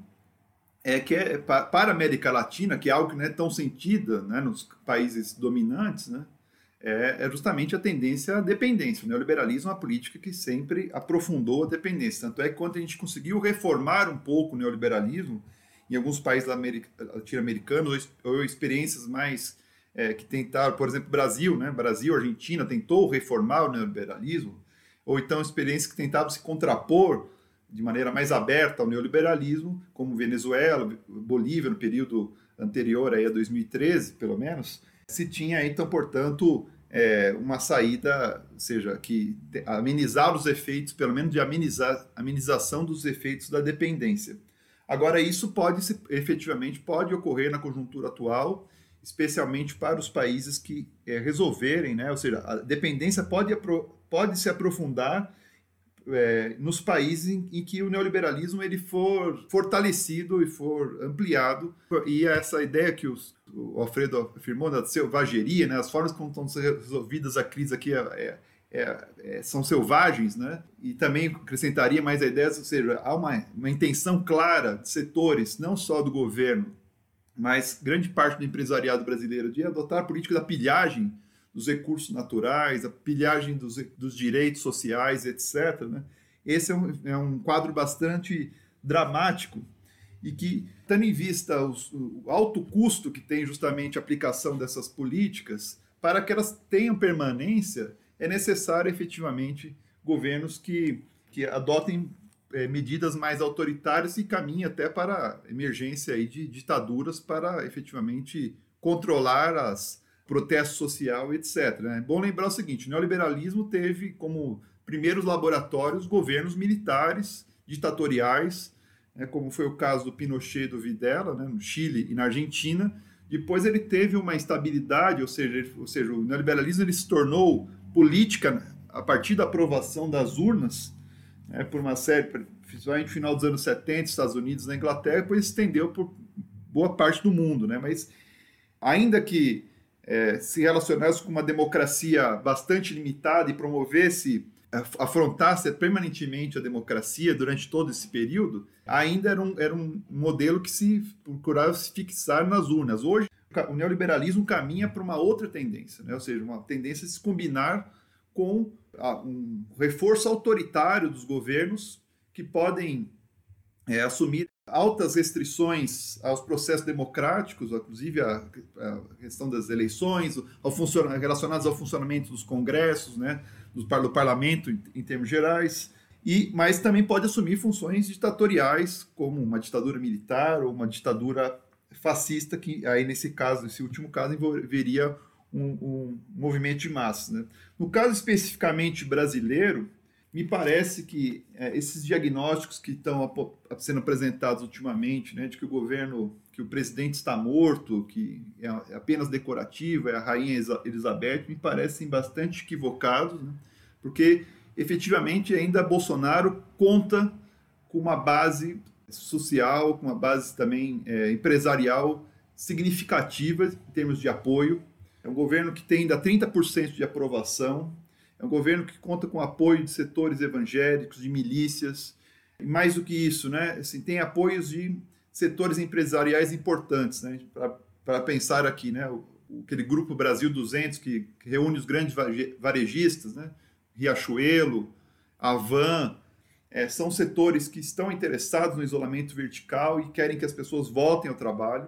é que é, para a América Latina, que é algo que não é tão sentida, né, nos países dominantes, né, é, é justamente a tendência à dependência. O neoliberalismo é uma política que sempre aprofundou a dependência. Tanto é que quando a gente conseguiu reformar um pouco o neoliberalismo, em alguns países latino-americanos, ou, ou experiências mais é, que tentaram, por exemplo, Brasil, né? Brasil, Argentina, tentou reformar o neoliberalismo, ou então experiências que tentavam se contrapor de maneira mais aberta ao neoliberalismo, como Venezuela, Bolívia, no período anterior aí a dois mil e treze, pelo menos, se tinha, então, portanto, é, uma saída, ou seja, que amenizar os efeitos, pelo menos de amenizar, amenização dos efeitos da dependência. Agora, isso pode, se, efetivamente, pode ocorrer na conjuntura atual, especialmente para os países que é, resolverem, né, ou seja, a dependência pode, apro, pode se aprofundar é, nos países em, em que o neoliberalismo ele for fortalecido e for ampliado, e essa ideia que os, o Alfredo afirmou da selvageria, né, as formas como estão sendo resolvidas a crise aqui é, é, é, é, são selvagens, né, e também acrescentaria mais a ideia, ou seja, há uma, uma intenção clara de setores, não só do governo, mas grande parte do empresariado brasileiro, de adotar a política da pilhagem dos recursos naturais, a pilhagem dos, dos direitos sociais, etcétera, né? Esse é um, é um quadro bastante dramático e que, tendo em vista os, o alto custo que tem justamente a aplicação dessas políticas, para que elas tenham permanência, é necessário efetivamente governos que, que adotem é, medidas mais autoritárias e caminhem até para a emergência aí de ditaduras para efetivamente controlar as protesto social, etcétera. É bom lembrar o seguinte, o neoliberalismo teve como primeiros laboratórios governos militares, ditatoriais, né, como foi o caso do Pinochet e do Videla, né, no Chile e na Argentina. Depois ele teve uma instabilidade, ou seja, ele, ou seja, o neoliberalismo ele se tornou política a partir da aprovação das urnas, né, por uma série, principalmente no final dos anos setenta, Estados Unidos, na Inglaterra, depois se estendeu por boa parte do mundo, né? Mas ainda que é, se relacionasse com uma democracia bastante limitada e promovesse, afrontasse permanentemente a democracia durante todo esse período, ainda era um, era um modelo que se procurava se fixar nas urnas. Hoje, o neoliberalismo caminha para uma outra tendência, né? Ou seja, uma tendência a se combinar com a, um reforço autoritário dos governos que podem é, assumir altas restrições aos processos democráticos, inclusive a, a questão das eleições, ao funcion, relacionadas ao funcionamento dos congressos, né, do, do parlamento em, em termos gerais, e, mas também pode assumir funções ditatoriais, como uma ditadura militar ou uma ditadura fascista, que aí nesse caso, nesse último caso, envolveria um, um movimento de massas, né? No caso especificamente brasileiro, me parece que é, esses diagnósticos que estão sendo apresentados ultimamente, né, de que o governo, que o presidente está morto, que é apenas decorativo, é a rainha Elizabeth, me parecem bastante equivocados, né, porque efetivamente ainda Bolsonaro conta com uma base social, com uma base também é, empresarial significativa em termos de apoio. É um governo que tem ainda trinta por cento de aprovação. É um governo que conta com apoio de setores evangélicos, de milícias, e mais do que isso, né, assim, tem apoios de setores empresariais importantes, né, para pensar aqui, né, o, aquele grupo Brasil duzentos que, que reúne os grandes varejistas, né, Riachuelo, Avan, é, são setores que estão interessados no isolamento vertical e querem que as pessoas voltem ao trabalho.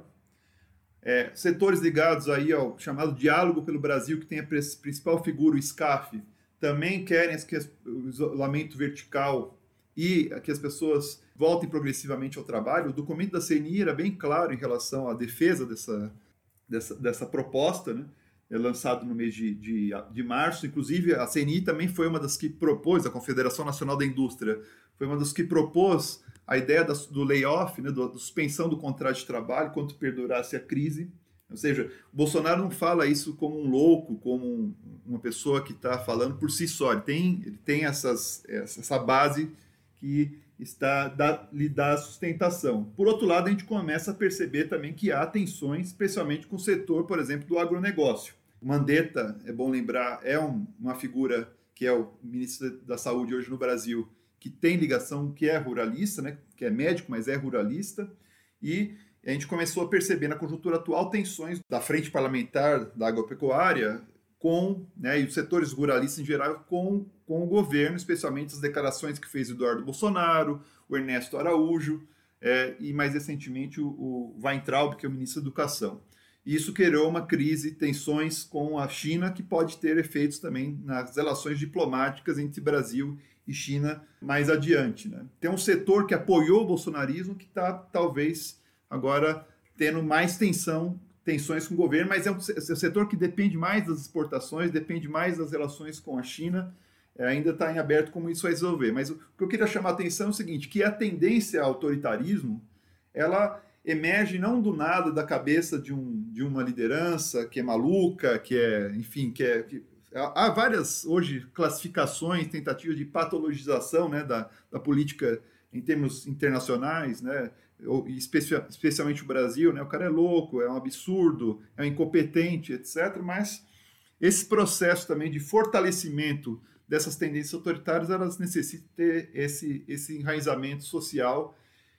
É, setores ligados aí ao chamado Diálogo pelo Brasil, que tem a principal figura, o SCAF, também querem que o isolamento vertical e que as pessoas voltem progressivamente ao trabalho. O documento da C N I era bem claro em relação à defesa dessa, dessa, dessa proposta, né? É lançado no mês de, de, de março. Inclusive, a C N I também foi uma das que propôs, a Confederação Nacional da Indústria, foi uma das que propôs a ideia da, do layoff, né, da suspensão do contrato de trabalho enquanto perdurasse a crise. Ou seja, o Bolsonaro não fala isso como um louco, como um, uma pessoa que está falando por si só. Ele tem, ele tem essas, essa base que está, dá, lhe dá sustentação. Por outro lado, a gente começa a perceber também que há tensões, especialmente com o setor, por exemplo, do agronegócio. O Mandetta, é bom lembrar, é um, uma figura que é o ministro da Saúde hoje no Brasil, que tem ligação, que é ruralista, né, que é médico, mas é ruralista, e a gente começou a perceber na conjuntura atual tensões da frente parlamentar da agropecuária com, né, e os setores ruralistas em geral com, com o governo, especialmente as declarações que fez o Eduardo Bolsonaro, o Ernesto Araújo, é, e mais recentemente o, o Weintraub, que é o ministro da Educação. E isso criou uma crise, tensões com a China, que pode ter efeitos também nas relações diplomáticas entre Brasil e China mais adiante, né? Tem um setor que apoiou o bolsonarismo que está, talvez, agora tendo mais tensão, tensões com o governo, mas é um, é um setor que depende mais das exportações, depende mais das relações com a China, é, ainda está em aberto como isso vai resolver. Mas o, o que eu queria chamar a atenção é o seguinte, que a tendência ao autoritarismo, ela emerge não do nada da cabeça de, um, de uma liderança que é maluca, que é, enfim, que é... Que, há várias, hoje, classificações, tentativas de patologização, né, da, da política em termos internacionais, né, especial, especialmente o Brasil, né, o cara é louco, é um absurdo, é um incompetente, etcétera. Mas esse processo também de fortalecimento dessas tendências autoritárias, elas necessitam ter esse, esse enraizamento social.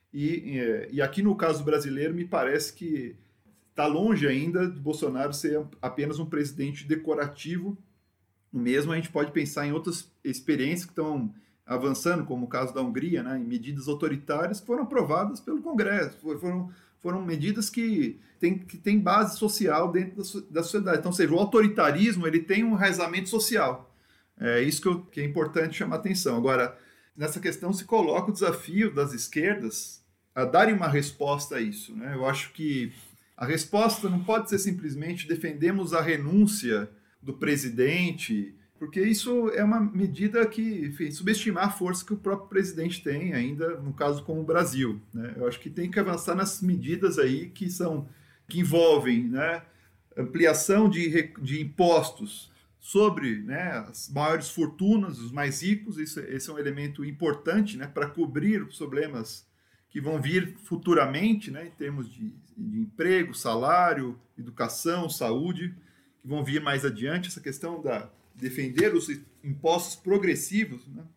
E, e aqui no caso brasileiro, me parece que está longe ainda de Bolsonaro ser apenas um presidente decorativo. Mesmo a gente pode pensar em outras experiências que estão avançando, como o caso da Hungria, né, em medidas autoritárias que foram aprovadas pelo Congresso, foram, foram medidas que têm que tem base social dentro da, da sociedade. Então, ou seja, o autoritarismo ele tem um enraizamento social. É isso que, eu, que é importante chamar a atenção. Agora, nessa questão se coloca o desafio das esquerdas a darem uma resposta a isso, né? Eu acho que a resposta não pode ser simplesmente defendemos a renúncia do presidente, porque isso é uma medida que, enfim, subestimar a força que o próprio presidente tem, ainda no caso com o Brasil, né? Eu acho que tem que avançar nas medidas aí que são, que envolvem, né, ampliação de, de impostos sobre, né, as maiores fortunas, os mais ricos. Isso, esse é um elemento importante, né, para cobrir os problemas que vão vir futuramente, né, em termos de, de emprego, salário, educação, saúde, que vão vir mais adiante. Essa questão da defender os impostos progressivos, né,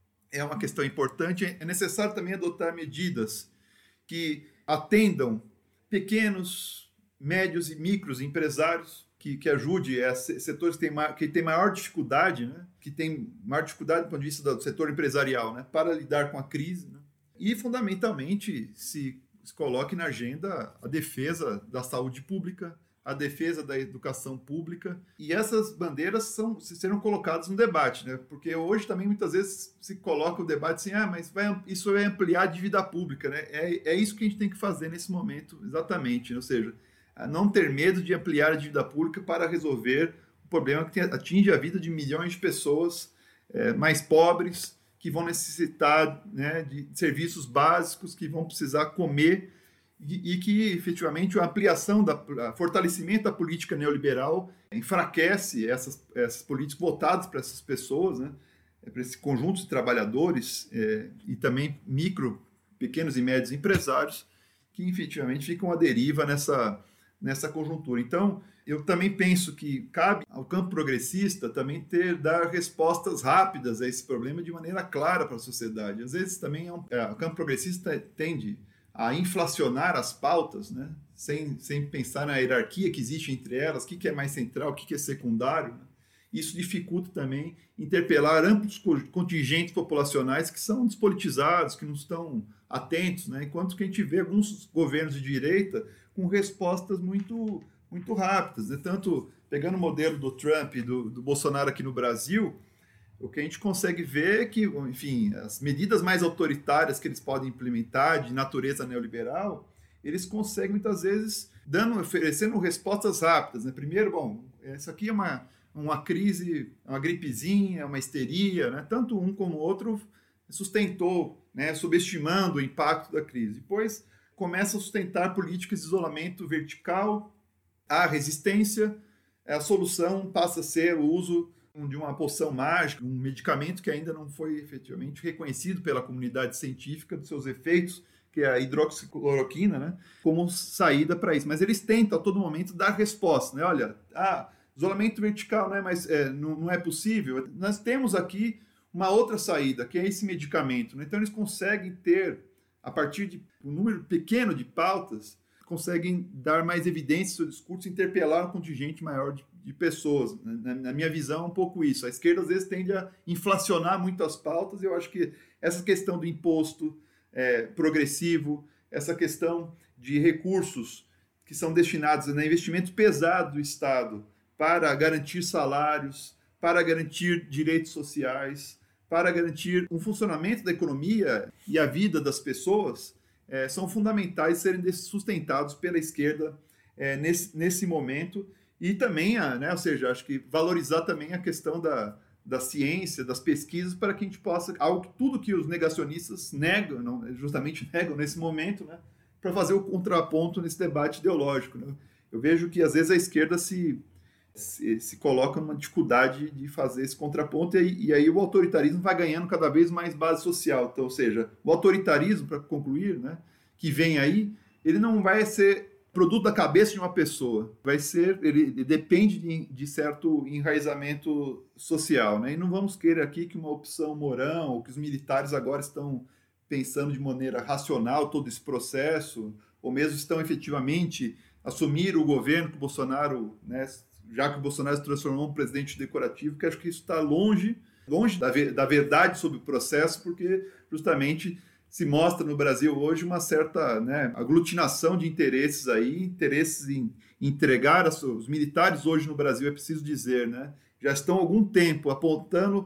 é uma questão importante. É necessário também adotar medidas que atendam pequenos, médios e micros empresários, que, que ajude a setores que têm, que têm maior dificuldade, né, que têm maior dificuldade do ponto de vista do setor empresarial, né, para lidar com a crise, né, e, fundamentalmente, se, se coloque na agenda a defesa da saúde pública, a defesa da educação pública, e essas bandeiras são, serão colocadas no debate, né? Porque hoje também muitas vezes se coloca o debate assim, ah, mas vai, isso vai ampliar a dívida pública, né? É, é isso que a gente tem que fazer nesse momento, exatamente, né? Ou seja, não ter medo de ampliar a dívida pública para resolver o problema que atinge a vida de milhões de pessoas é, mais pobres, que vão necessitar, né, de serviços básicos, que vão precisar comer, e, e que, efetivamente, a ampliação, da, a fortalecimento da política neoliberal enfraquece essas, essas políticas voltadas para essas pessoas, né, para esse conjunto de trabalhadores é, e também micro, pequenos e médios empresários, que, efetivamente, ficam à deriva nessa, nessa conjuntura. Então, eu também penso que cabe ao campo progressista também ter, dar respostas rápidas a esse problema de maneira clara para a sociedade. Às vezes também é um, é, o campo progressista tende a inflacionar as pautas, né? sem, sem pensar na hierarquia que existe entre elas, o que, que é mais central, o que, que é secundário. Né? Isso dificulta também interpelar amplos contingentes populacionais que são despolitizados, que não estão atentos, né? Enquanto que a gente vê alguns governos de direita com respostas muito, muito rápidas, né? Tanto pegando o modelo do Trump e do, do Bolsonaro aqui no Brasil, o que a gente consegue ver é que, enfim, as medidas mais autoritárias que eles podem implementar de natureza neoliberal, eles conseguem muitas vezes dando, oferecendo respostas rápidas, né? Primeiro, bom, essa aqui é uma, uma crise, uma gripezinha, uma histeria, né? Tanto um como o outro sustentou, né, subestimando o impacto da crise. Depois começa a sustentar políticas de isolamento vertical, a resistência, a solução passa a ser o uso de uma poção mágica, um medicamento que ainda não foi efetivamente reconhecido pela comunidade científica dos seus efeitos, que é a hidroxicloroquina, né, como saída para isso. Mas eles tentam a todo momento dar resposta, né? Olha, ah, isolamento vertical não é, mais, é, não, não é possível. Nós temos aqui uma outra saída, que é esse medicamento, né? Então eles conseguem ter, a partir de um número pequeno de pautas, conseguem dar mais evidência ao seu discurso, interpelar um contingente maior de, de pessoas. Na, na minha visão, é um pouco isso. A esquerda, às vezes, tende a inflacionar muito as pautas, e eu acho que essa questão do imposto é, progressivo, essa questão de recursos que são destinados a investimento pesado do Estado para garantir salários, para garantir direitos sociais, para garantir o funcionamento da economia e a vida das pessoas, É, são fundamentais serem sustentados pela esquerda é, nesse, nesse momento, e também, a, né, ou seja, acho que valorizar também a questão da, da ciência, das pesquisas, para que a gente possa, algo, tudo que os negacionistas negam, não, justamente negam nesse momento, né, para fazer o contraponto nesse debate ideológico. Né. Eu vejo que às vezes a esquerda se, se, se coloca numa dificuldade de fazer esse contraponto, e, e aí o autoritarismo vai ganhando cada vez mais base social. Então, ou seja, o autoritarismo, para concluir, né, que vem aí, ele não vai ser produto da cabeça de uma pessoa, vai ser, ele, ele depende de, de certo enraizamento social, né? E não vamos querer aqui que uma opção Mourão, ou que os militares agora estão pensando de maneira racional todo esse processo, ou mesmo estão efetivamente assumir o governo que o Bolsonaro, né, já que o Bolsonaro se transformou em um presidente decorativo, que acho que isso está longe, longe da, ve- da verdade sobre o processo, porque justamente se mostra no Brasil hoje uma certa, né, aglutinação de interesses aí, interesses em entregar a sua, os militares hoje no Brasil, é preciso dizer, né, já estão há algum tempo apontando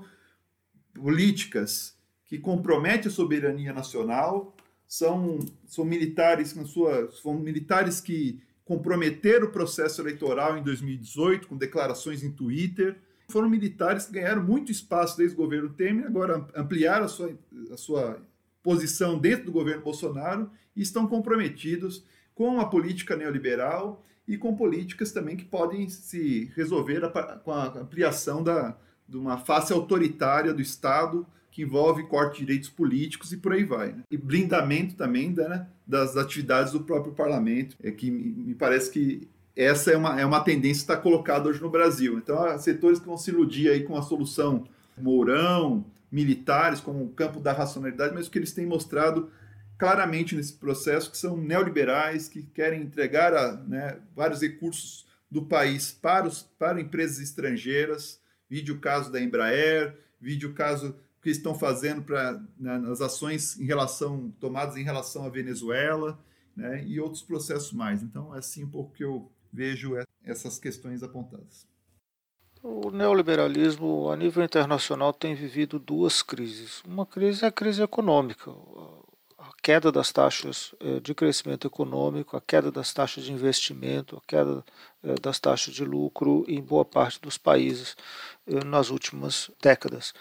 políticas que comprometem a soberania nacional, são, são militares na sua, são militares que comprometeram o processo eleitoral em dois mil e dezoito, com declarações em Twitter. Foram militares que ganharam muito espaço desde o governo Temer, agora ampliaram a sua, a sua posição dentro do governo Bolsonaro e estão comprometidos com a política neoliberal e com políticas também que podem se resolver a, com a ampliação da, de uma face autoritária do Estado que envolve corte de direitos políticos e por aí vai. Né? E blindamento também, né, das atividades do próprio parlamento, é que me parece que essa é uma, é uma tendência que está colocada hoje no Brasil. Então, há setores que vão se iludir aí com a solução Mourão, militares, como o campo da racionalidade, mas o que eles têm mostrado claramente nesse processo que são neoliberais, que querem entregar a, né, vários recursos do país para, os, para empresas estrangeiras, vide o caso da Embraer, vide o caso que estão fazendo para, né, nas ações em relação, tomadas em relação à Venezuela, né, e outros processos mais. Então, é assim um pouco que eu vejo essas questões apontadas. O neoliberalismo, a nível internacional, tem vivido duas crises. Uma crise é a crise econômica, a queda das taxas de crescimento econômico, a queda das taxas de investimento, a queda das taxas de lucro em boa parte dos países nas últimas décadas,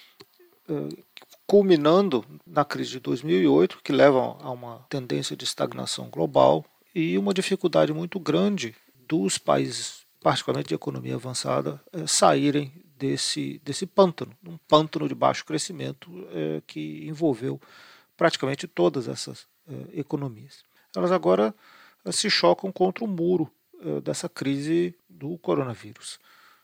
culminando na crise de dois mil e oito, que leva a uma tendência de estagnação global e uma dificuldade muito grande dos países, particularmente de economia avançada, é, saírem desse, desse pântano, um pântano de baixo crescimento é, que envolveu praticamente todas essas é, economias. Elas agora é, se chocam contra o muro é, dessa crise do coronavírus.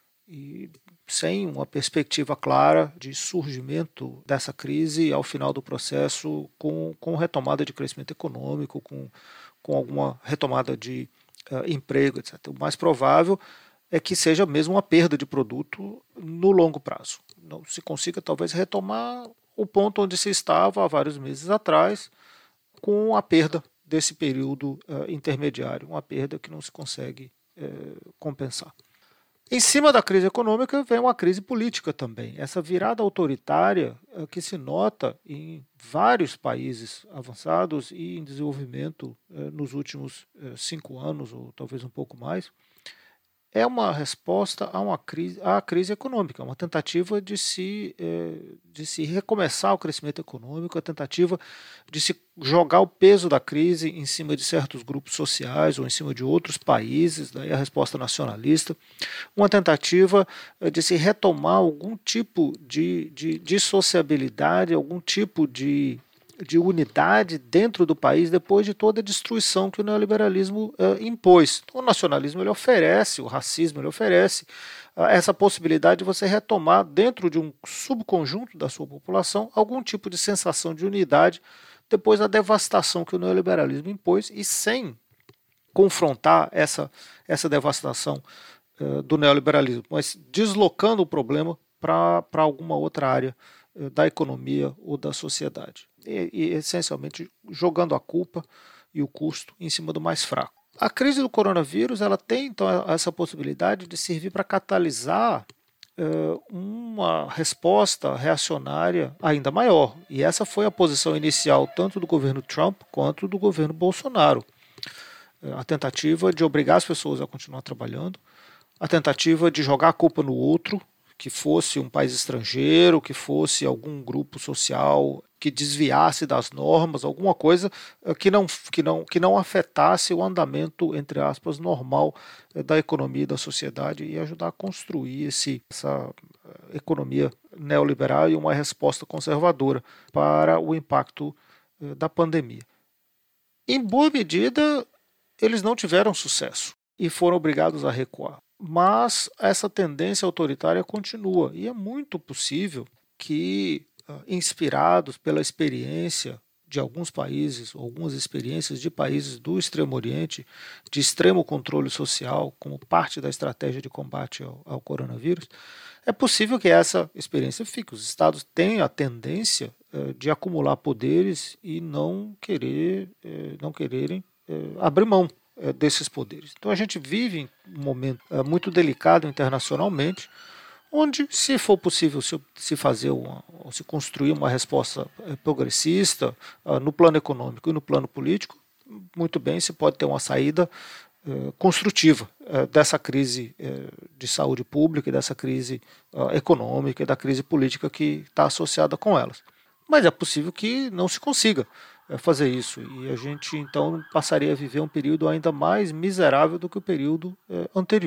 E sem uma perspectiva clara de surgimento dessa crise ao final do processo, com, com retomada de crescimento econômico, com, com alguma retomada de Uh, emprego, etcétera. O mais provável é que seja mesmo uma perda de produto no longo prazo. Não se consiga talvez retomar o ponto onde se estava há vários meses atrás, com a perda desse período uh, intermediário, uma perda que não se consegue uh, compensar. Em cima da crise econômica vem uma crise política também. Essa virada autoritária uh, que se nota em vários países avançados e em desenvolvimento uh, nos últimos uh, cinco anos, ou talvez um pouco mais, é uma resposta a uma crise, à crise econômica, uma tentativa de se, eh, de se recomeçar o crescimento econômico, a tentativa de se jogar o peso da crise em cima de certos grupos sociais ou em cima de outros países, daí a resposta nacionalista, uma tentativa eh, de se retomar algum tipo de, de, de sociabilidade, algum tipo de de unidade dentro do país depois de toda a destruição que o neoliberalismo uh, impôs. Então, o nacionalismo ele oferece, o racismo ele oferece uh, essa possibilidade de você retomar dentro de um subconjunto da sua população algum tipo de sensação de unidade depois da devastação que o neoliberalismo impôs e sem confrontar essa, essa devastação uh, do neoliberalismo, mas deslocando o problema para alguma outra área uh, da economia ou da sociedade. E, e essencialmente jogando a culpa e o custo em cima do mais fraco. A crise do coronavírus ela tem então essa possibilidade de servir para catalisar uh, uma resposta reacionária ainda maior. E essa foi a posição inicial tanto do governo Trump quanto do governo Bolsonaro. Uh, a tentativa de obrigar as pessoas a continuar trabalhando, a tentativa de jogar a culpa no outro, que fosse um país estrangeiro, que fosse algum grupo social que desviasse das normas, alguma coisa que não, que não, que não afetasse o andamento, entre aspas, normal da economia e da sociedade e ajudar a construir esse, essa economia neoliberal e uma resposta conservadora para o impacto da pandemia. Em boa medida, eles não tiveram sucesso e foram obrigados a recuar. Mas essa tendência autoritária continua e é muito possível que, inspirados pela experiência de alguns países, algumas experiências de países do Extremo Oriente, de extremo controle social como parte da estratégia de combate ao, ao coronavírus, é possível que essa experiência fique. Os estados têm a tendência eh, de acumular poderes e não, querer, eh, não quererem eh, abrir mão desses poderes. Então a gente vive um momento é, muito delicado internacionalmente, onde, se for possível se, se fazer uma, ou se construir uma resposta é, progressista é, no plano econômico e no plano político, muito bem, se pode ter uma saída é, construtiva é, dessa crise é, de saúde pública e dessa crise é, econômica e da crise política que está associada com elas. Mas é possível que não se consiga fazer isso e a gente então passaria a viver um período ainda mais miserável do que o período eh, anterior.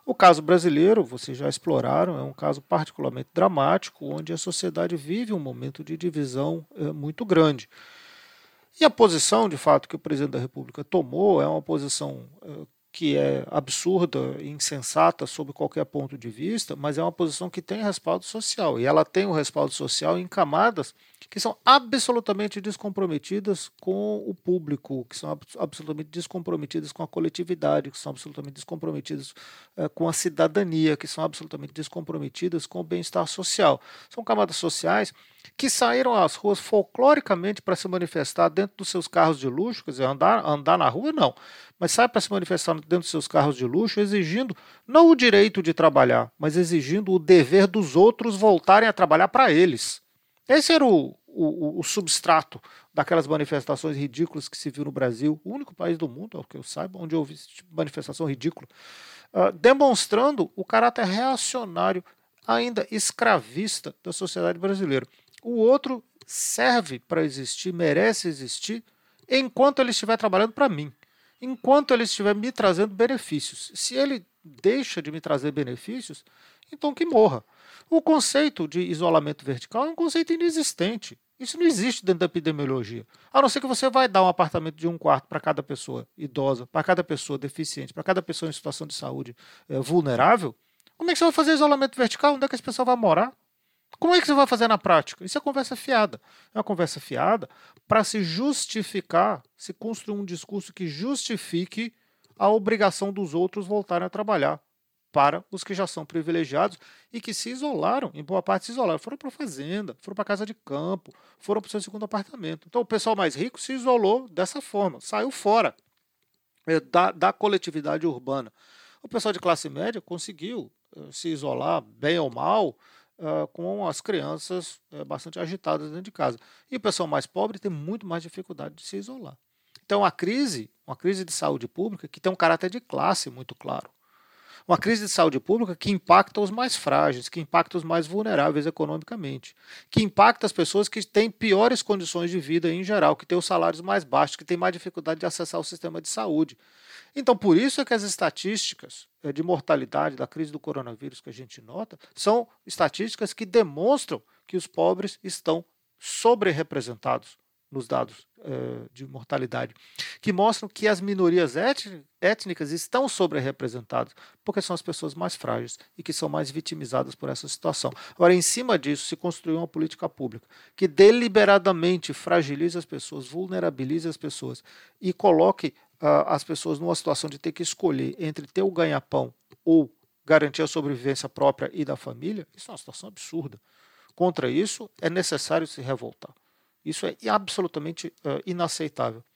O caso brasileiro, vocês já exploraram, é um caso particularmente dramático, onde a sociedade vive um momento de divisão é, muito grande. E a posição, de fato, que o presidente da República tomou é uma posição é, que é absurda e insensata sob qualquer ponto de vista, mas é uma posição que tem respaldo social. E ela tem o respaldo social em camadas que são absolutamente descomprometidas com o público, que são absolutamente descomprometidas com a coletividade, que são absolutamente descomprometidas eh, com a cidadania, que são absolutamente descomprometidas com o bem-estar social. São camadas sociais que saíram às ruas folcloricamente para se manifestar dentro dos seus carros de luxo, quer dizer, andar, andar na rua não, mas sai para se manifestar dentro dos seus carros de luxo, exigindo não o direito de trabalhar, mas exigindo o dever dos outros voltarem a trabalhar para eles. Esse era o, o, o substrato daquelas manifestações ridículas que se viu no Brasil, o único país do mundo, ao que eu saiba, onde houve esse tipo de manifestação ridícula, uh, demonstrando o caráter reacionário, ainda escravista da sociedade brasileira. O outro serve para existir, merece existir, enquanto ele estiver trabalhando para mim, enquanto ele estiver me trazendo benefícios. Se ele deixa de me trazer benefícios, então que morra. O conceito de isolamento vertical é um conceito inexistente. Isso não existe dentro da epidemiologia. A não ser que você vai dar um apartamento de um quarto para cada pessoa idosa, para cada pessoa deficiente, para cada pessoa em situação de saúde é, vulnerável. Como é que você vai fazer isolamento vertical? Onde é que esse pessoal vai morar? Como é que você vai fazer na prática? Isso é conversa fiada. É uma conversa fiada para se justificar, se construir um discurso que justifique a obrigação dos outros voltarem a trabalhar para os que já são privilegiados e que se isolaram, em boa parte se isolaram, foram para a fazenda, foram para a casa de campo, foram para o seu segundo apartamento. Então o pessoal mais rico se isolou dessa forma, saiu fora é, da, da coletividade urbana. O pessoal de classe média conseguiu é, se isolar, bem ou mal, é, com as crianças é, bastante agitadas dentro de casa. E o pessoal mais pobre tem muito mais dificuldade de se isolar. Então a crise, uma crise de saúde pública que tem um caráter de classe muito claro. Uma crise de saúde pública que impacta os mais frágeis, que impacta os mais vulneráveis economicamente, que impacta as pessoas que têm piores condições de vida em geral, que têm os salários mais baixos, que têm mais dificuldade de acessar o sistema de saúde. Então, por isso é que as estatísticas de mortalidade da crise do coronavírus que a gente nota são estatísticas que demonstram que os pobres estão sobre-representados nos dados uh, de mortalidade, que mostram que as minorias étnicas estão sobre-representadas, porque são as pessoas mais frágeis e que são mais vitimizadas por essa situação. Agora, em cima disso, se construiu uma política pública que deliberadamente fragilize as pessoas, vulnerabilize as pessoas e coloque uh, as pessoas numa situação de ter que escolher entre ter o ganha-pão ou garantir a sobrevivência própria e da família. Isso é uma situação absurda. Contra isso, é necessário se revoltar. Isso é absolutamente uh, inaceitável.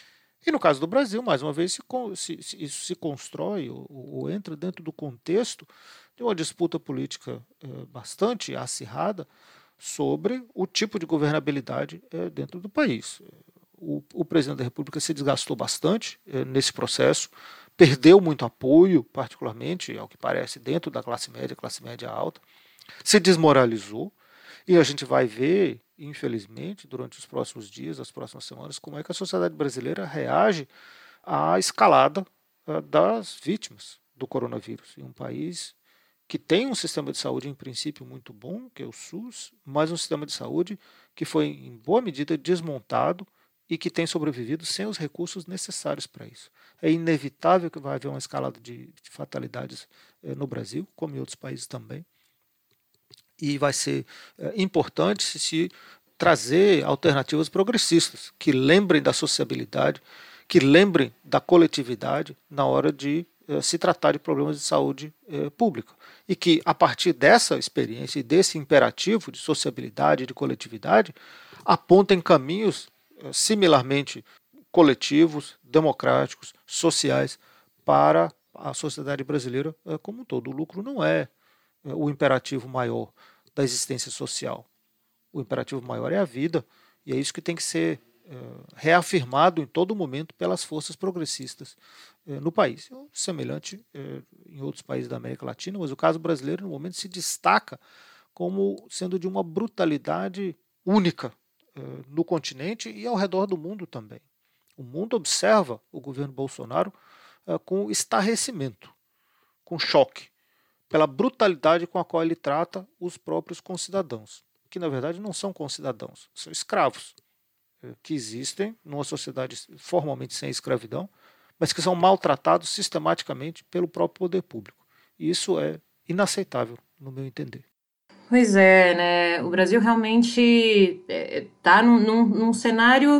E no caso do Brasil, mais uma vez, se, se, se, isso se constrói ou, ou entra dentro do contexto de uma disputa política uh, bastante acirrada sobre o tipo de governabilidade uh, dentro do país. O, o presidente da República se desgastou bastante uh, nesse processo, perdeu muito apoio, particularmente, ao que parece, dentro da classe média, classe média alta, se desmoralizou, e a gente vai ver, infelizmente, durante os próximos dias, as próximas semanas, como é que a sociedade brasileira reage à escalada uh, das vítimas do coronavírus. Em um país que tem um sistema de saúde, em princípio, muito bom, que é o SUS, mas um sistema de saúde que foi, em boa medida, desmontado e que tem sobrevivido sem os recursos necessários para isso. É inevitável que vai haver uma escalada de, de fatalidades uh, no Brasil, como em outros países também. E vai ser é, importante se, se trazer alternativas progressistas, que lembrem da sociabilidade, que lembrem da coletividade na hora de é, se tratar de problemas de saúde é, pública. E que, a partir dessa experiência e desse imperativo de sociabilidade e de coletividade, apontem caminhos é, similarmente coletivos, democráticos, sociais, para a sociedade brasileira é, como um todo. O lucro não é o imperativo maior da existência social. O imperativo maior é a vida, e é isso que tem que ser é, reafirmado em todo momento pelas forças progressistas é, no país. É semelhante é, em outros países da América Latina, mas o caso brasileiro, no momento, se destaca como sendo de uma brutalidade única é, no continente e ao redor do mundo também. O mundo observa o governo Bolsonaro é, com estarrecimento. com choque pela brutalidade com a qual ele trata os próprios concidadãos, que na verdade não são concidadãos, são escravos, que existem numa sociedade formalmente sem escravidão, mas que são maltratados sistematicamente pelo próprio poder público. E isso é inaceitável, no meu entender. Pois é, né? O Brasil realmente está num, num, num cenário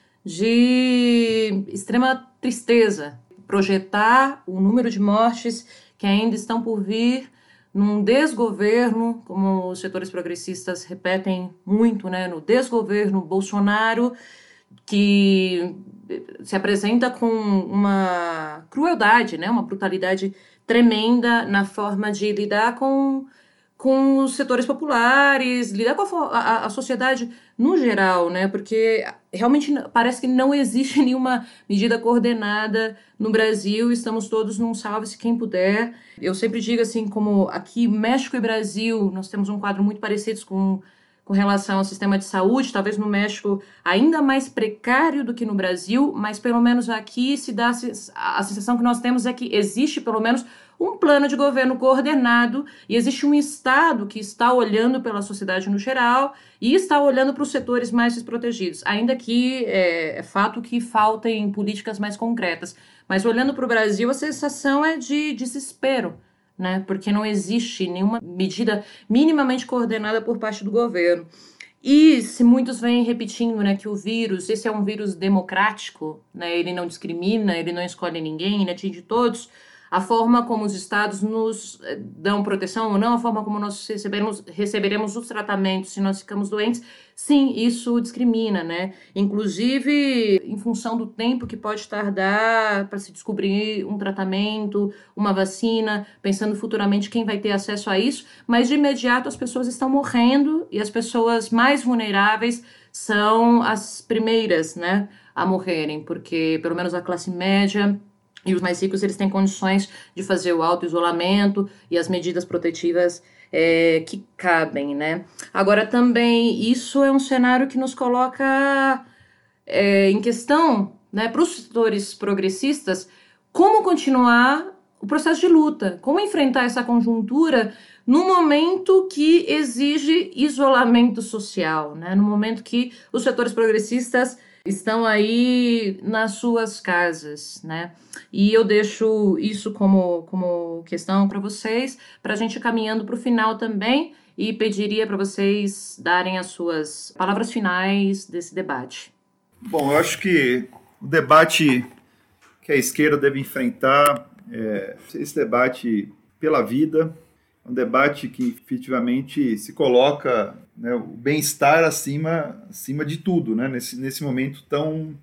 de extrema tristeza. Projetar o número de mortes que ainda estão por vir num desgoverno, como os setores progressistas repetem muito, né? No desgoverno Bolsonaro, que se apresenta com uma crueldade, né? Uma brutalidade tremenda na forma de lidar com, com os setores populares, lidar com a, a, a sociedade no geral, né? Porque realmente parece que não existe nenhuma medida coordenada no Brasil, estamos todos num salve-se quem puder. Eu sempre digo assim, como aqui México e Brasil, nós temos um quadro muito parecido com com relação ao sistema de saúde, talvez no México ainda mais precário do que no Brasil, mas pelo menos aqui se dá a sensação que nós temos é que existe pelo menos um plano de governo coordenado e existe um Estado que está olhando pela sociedade no geral e está olhando para os setores mais desprotegidos, ainda que é, é fato que faltem políticas mais concretas. Mas olhando para o Brasil, a sensação é de desespero, né? Porque não existe nenhuma medida minimamente coordenada por parte do governo. E se muitos vêm repetindo, né, que o vírus, esse é um vírus democrático, né, ele não discrimina, ele não escolhe ninguém, ele atinge todos, a forma como os estados nos dão proteção ou não, a forma como nós receberemos, receberemos os tratamentos se nós ficamos doentes, sim, isso discrimina, né? Inclusive, em função do tempo que pode tardar para se descobrir um tratamento, uma vacina, pensando futuramente quem vai ter acesso a isso, mas de imediato as pessoas estão morrendo e as pessoas mais vulneráveis são as primeiras, né, a morrerem, porque pelo menos a classe média e os mais ricos, eles têm condições de fazer o auto-isolamento e as medidas protetivas é, que cabem, né? Agora, também, isso é um cenário que nos coloca é, em questão, né, para os setores progressistas, como continuar o processo de luta, como enfrentar essa conjuntura no momento que exige isolamento social, né? No momento que os setores progressistas estão aí nas suas casas, né? E eu deixo isso como, como questão para vocês, para a gente ir caminhando para o final também, e pediria para vocês darem as suas palavras finais desse debate. Bom, eu acho que o debate que a esquerda deve enfrentar é esse debate pela vida, um debate que efetivamente se coloca, né, o bem-estar acima, acima de tudo, né, nesse, nesse momento tão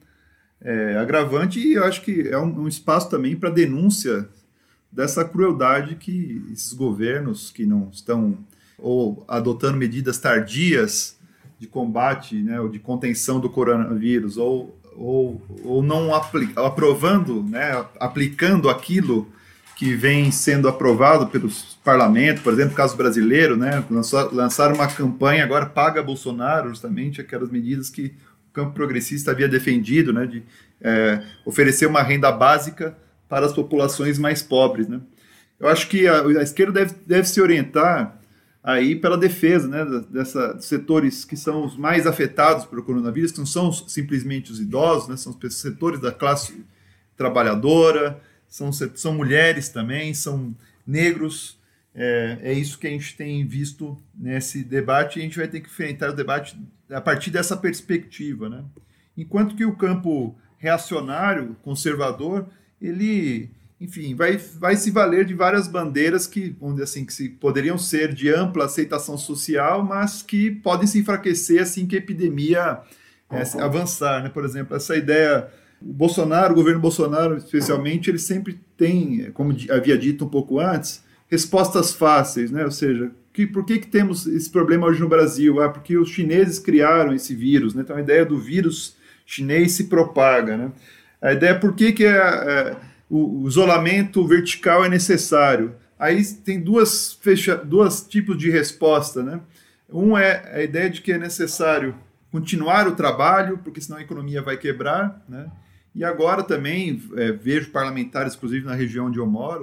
é, agravante, e eu acho que é um, um espaço também para denúncia dessa crueldade que esses governos que não estão ou adotando medidas tardias de combate, né, ou de contenção do coronavírus, ou, ou, ou não apli- aprovando, né, aplicando aquilo que vem sendo aprovado pelos parlamentos, por exemplo, no caso brasileiro, né, lançaram uma campanha agora, Paga Bolsonaro, justamente aquelas medidas que o campo progressista havia defendido, né, de é, oferecer uma renda básica para as populações mais pobres, né. Eu acho que a, a esquerda deve, deve se orientar aí pela defesa, né, dessa, dos setores que são os mais afetados pelo coronavírus, que não são simplesmente os idosos, né, são os setores da classe trabalhadora, São, são mulheres também, são negros, é, é isso que a gente tem visto nesse debate, e a gente vai ter que enfrentar o debate a partir dessa perspectiva, né? Enquanto que o campo reacionário, conservador, ele, enfim, vai, vai se valer de várias bandeiras que, vamos dizer assim, que se, poderiam ser de ampla aceitação social, mas que podem se enfraquecer assim que a epidemia é, avançar, né? Por exemplo, essa ideia... O Bolsonaro, o governo Bolsonaro especialmente, ele sempre tem, como havia dito um pouco antes, respostas fáceis, né? Ou seja, que, por que, que temos esse problema hoje no Brasil? Ah, porque os chineses criaram esse vírus, né? Então a ideia do vírus chinês se propaga, né? A ideia é por que, que é, é, o, o isolamento vertical é necessário. Aí tem duas, fecha, duas tipos de resposta, né? Um é a ideia de que é necessário continuar o trabalho, porque senão a economia vai quebrar, né? E agora também é, vejo parlamentares, inclusive na região onde eu moro,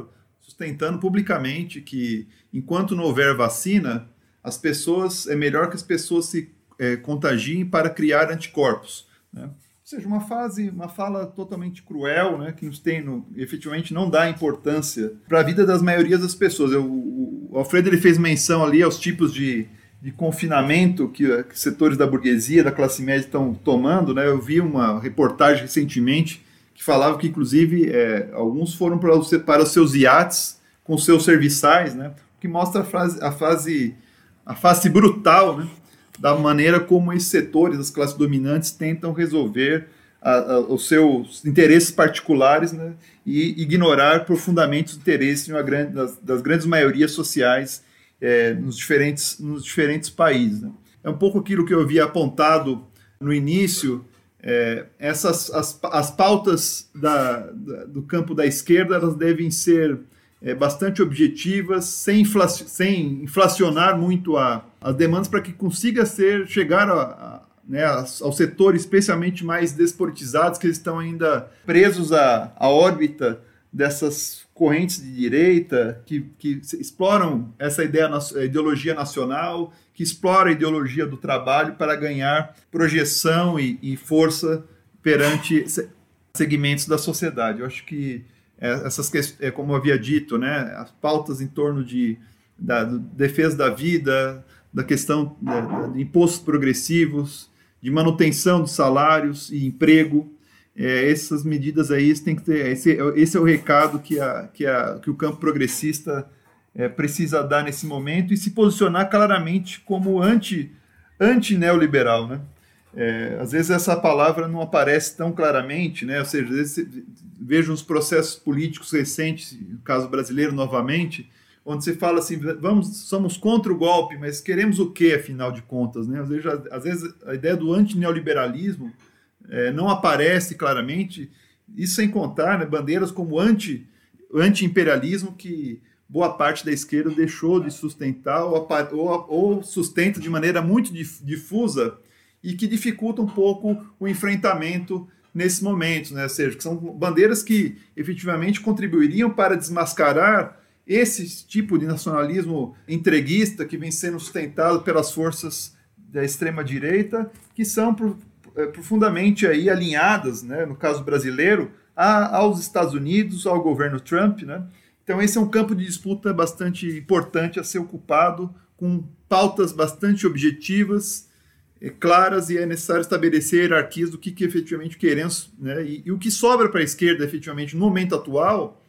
sustentando publicamente que, enquanto não houver vacina, as pessoas, é melhor que as pessoas se é, contagiem para criar anticorpos, né? Ou seja, uma, fase, uma fala totalmente cruel, né, que nos tem, no, efetivamente não dá importância para a vida das maiorias das pessoas. Eu, o, o Alfredo ele fez menção ali aos tipos de, de confinamento que, que setores da burguesia, da classe média estão tomando, né? Eu vi uma reportagem recentemente que falava que, inclusive, é, alguns foram para os, para os seus iates com seus serviçais, né, que mostra a, frase, a fase... a face brutal, né, da maneira como esses setores, as classes dominantes, tentam resolver a, a, os seus interesses particulares, né, e ignorar profundamente os interesses de uma grande, das, das grandes maiorias sociais é, nos, diferentes, nos diferentes países, né. É um pouco aquilo que eu havia apontado no início, é, essas, as, as pautas da, da, do campo da esquerda, elas devem ser É, bastante objetivas, sem, inflaci- sem inflacionar muito a, as demandas, para que consiga ser, chegar a, a, né, ao setor especialmente mais despolitizados, que estão ainda presos à, à órbita dessas correntes de direita, que, que exploram essa ideia, a ideologia nacional, que explora a ideologia do trabalho para ganhar projeção e, e força perante segmentos da sociedade. Eu acho que essas questões, como eu havia dito, né, as pautas em torno de da, da defesa da vida, da questão de, de impostos progressivos, de manutenção dos salários e emprego, é, essas medidas aí tem que ter, esse, esse é o recado que, a, que, a, que o campo progressista é, precisa dar nesse momento e se posicionar claramente como anti, anti-neoliberal, né? É, às vezes essa palavra não aparece tão claramente, né? Ou seja, às vezes vejo os processos políticos recentes, no caso brasileiro novamente, onde se fala assim, vamos, somos contra o golpe, mas queremos o quê, afinal de contas, né? Às vezes, às vezes a ideia do antineoliberalismo é, não aparece claramente, isso sem contar, né, bandeiras como anti, anti-imperialismo, que boa parte da esquerda deixou de sustentar ou, ou, ou sustenta de maneira muito difusa, e que dificulta um pouco o enfrentamento nesses momentos, né? Ou seja, que são bandeiras que efetivamente contribuiriam para desmascarar esse tipo de nacionalismo entreguista que vem sendo sustentado pelas forças da extrema-direita, que são profundamente aí alinhadas, né, no caso brasileiro, a, aos Estados Unidos, ao governo Trump, né? Então esse é um campo de disputa bastante importante a ser ocupado, com pautas bastante objetivas, claras, e é necessário estabelecer hierarquias do que, que efetivamente queremos, né? E, e o que sobra para a esquerda, efetivamente, no momento atual,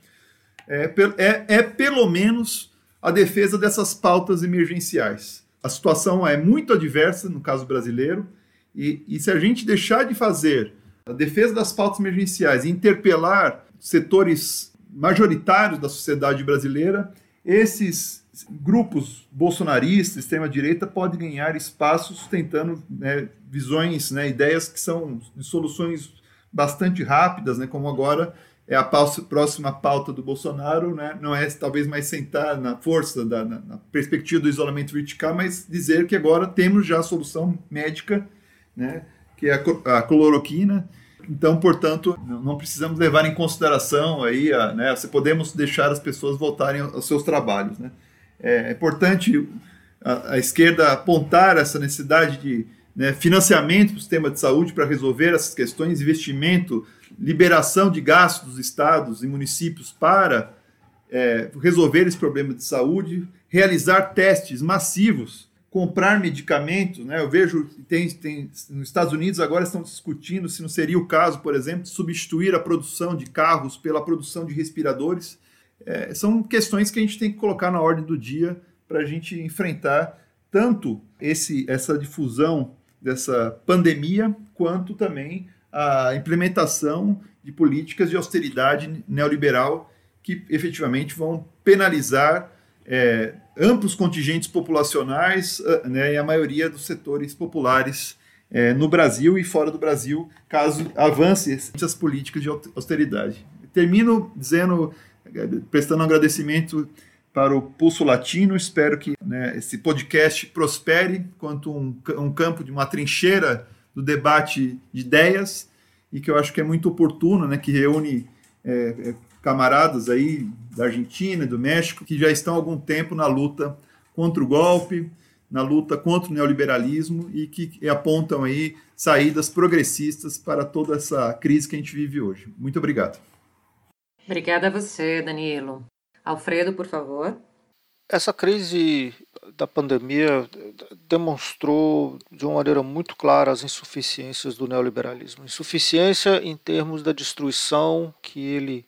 é, é, é pelo menos a defesa dessas pautas emergenciais. A situação é muito adversa, no caso brasileiro, e, e se a gente deixar de fazer a defesa das pautas emergenciais e interpelar setores majoritários da sociedade brasileira, esses grupos bolsonaristas, extrema-direita, podem ganhar espaço sustentando, né, visões, né, ideias que são de soluções bastante rápidas, né, como agora é a pauta, próxima pauta do Bolsonaro, né, não é talvez mais sentar na força, da, na, na perspectiva do isolamento vertical, mas dizer que agora temos já a solução médica, né, que é a, a cloroquina. Então, portanto, não precisamos levar em consideração aí, a, né, se podemos deixar as pessoas voltarem aos seus trabalhos, né. É importante a, a esquerda apontar essa necessidade de, né, financiamento do sistema de saúde para resolver essas questões, investimento, liberação de gastos dos estados e municípios para é, resolver esse problema de saúde, realizar testes massivos, comprar medicamentos, né? Eu vejo, tem, tem, nos Estados Unidos agora estão discutindo se não seria o caso, por exemplo, de substituir a produção de carros pela produção de respiradores. É, são questões que a gente tem que colocar na ordem do dia para a gente enfrentar tanto esse, essa difusão dessa pandemia, quanto também a implementação de políticas de austeridade neoliberal que efetivamente vão penalizar é, amplos contingentes populacionais, né, e a maioria dos setores populares é, no Brasil e fora do Brasil, caso avance essas políticas de austeridade. Termino dizendo, prestando um agradecimento para o Pulso Latino. Espero que, né, esse podcast prospere quanto um, um campo de uma trincheira do debate de ideias, e que eu acho que é muito oportuno, né, que reúne é, camaradas aí da Argentina e do México que já estão há algum tempo na luta contra o golpe, na luta contra o neoliberalismo e que apontam aí saídas progressistas para toda essa crise que a gente vive hoje. Muito obrigado. Obrigada a você, Danilo. Alfredo, por favor. Essa crise da pandemia demonstrou de uma maneira muito clara as insuficiências do neoliberalismo. Insuficiência em termos da destruição que ele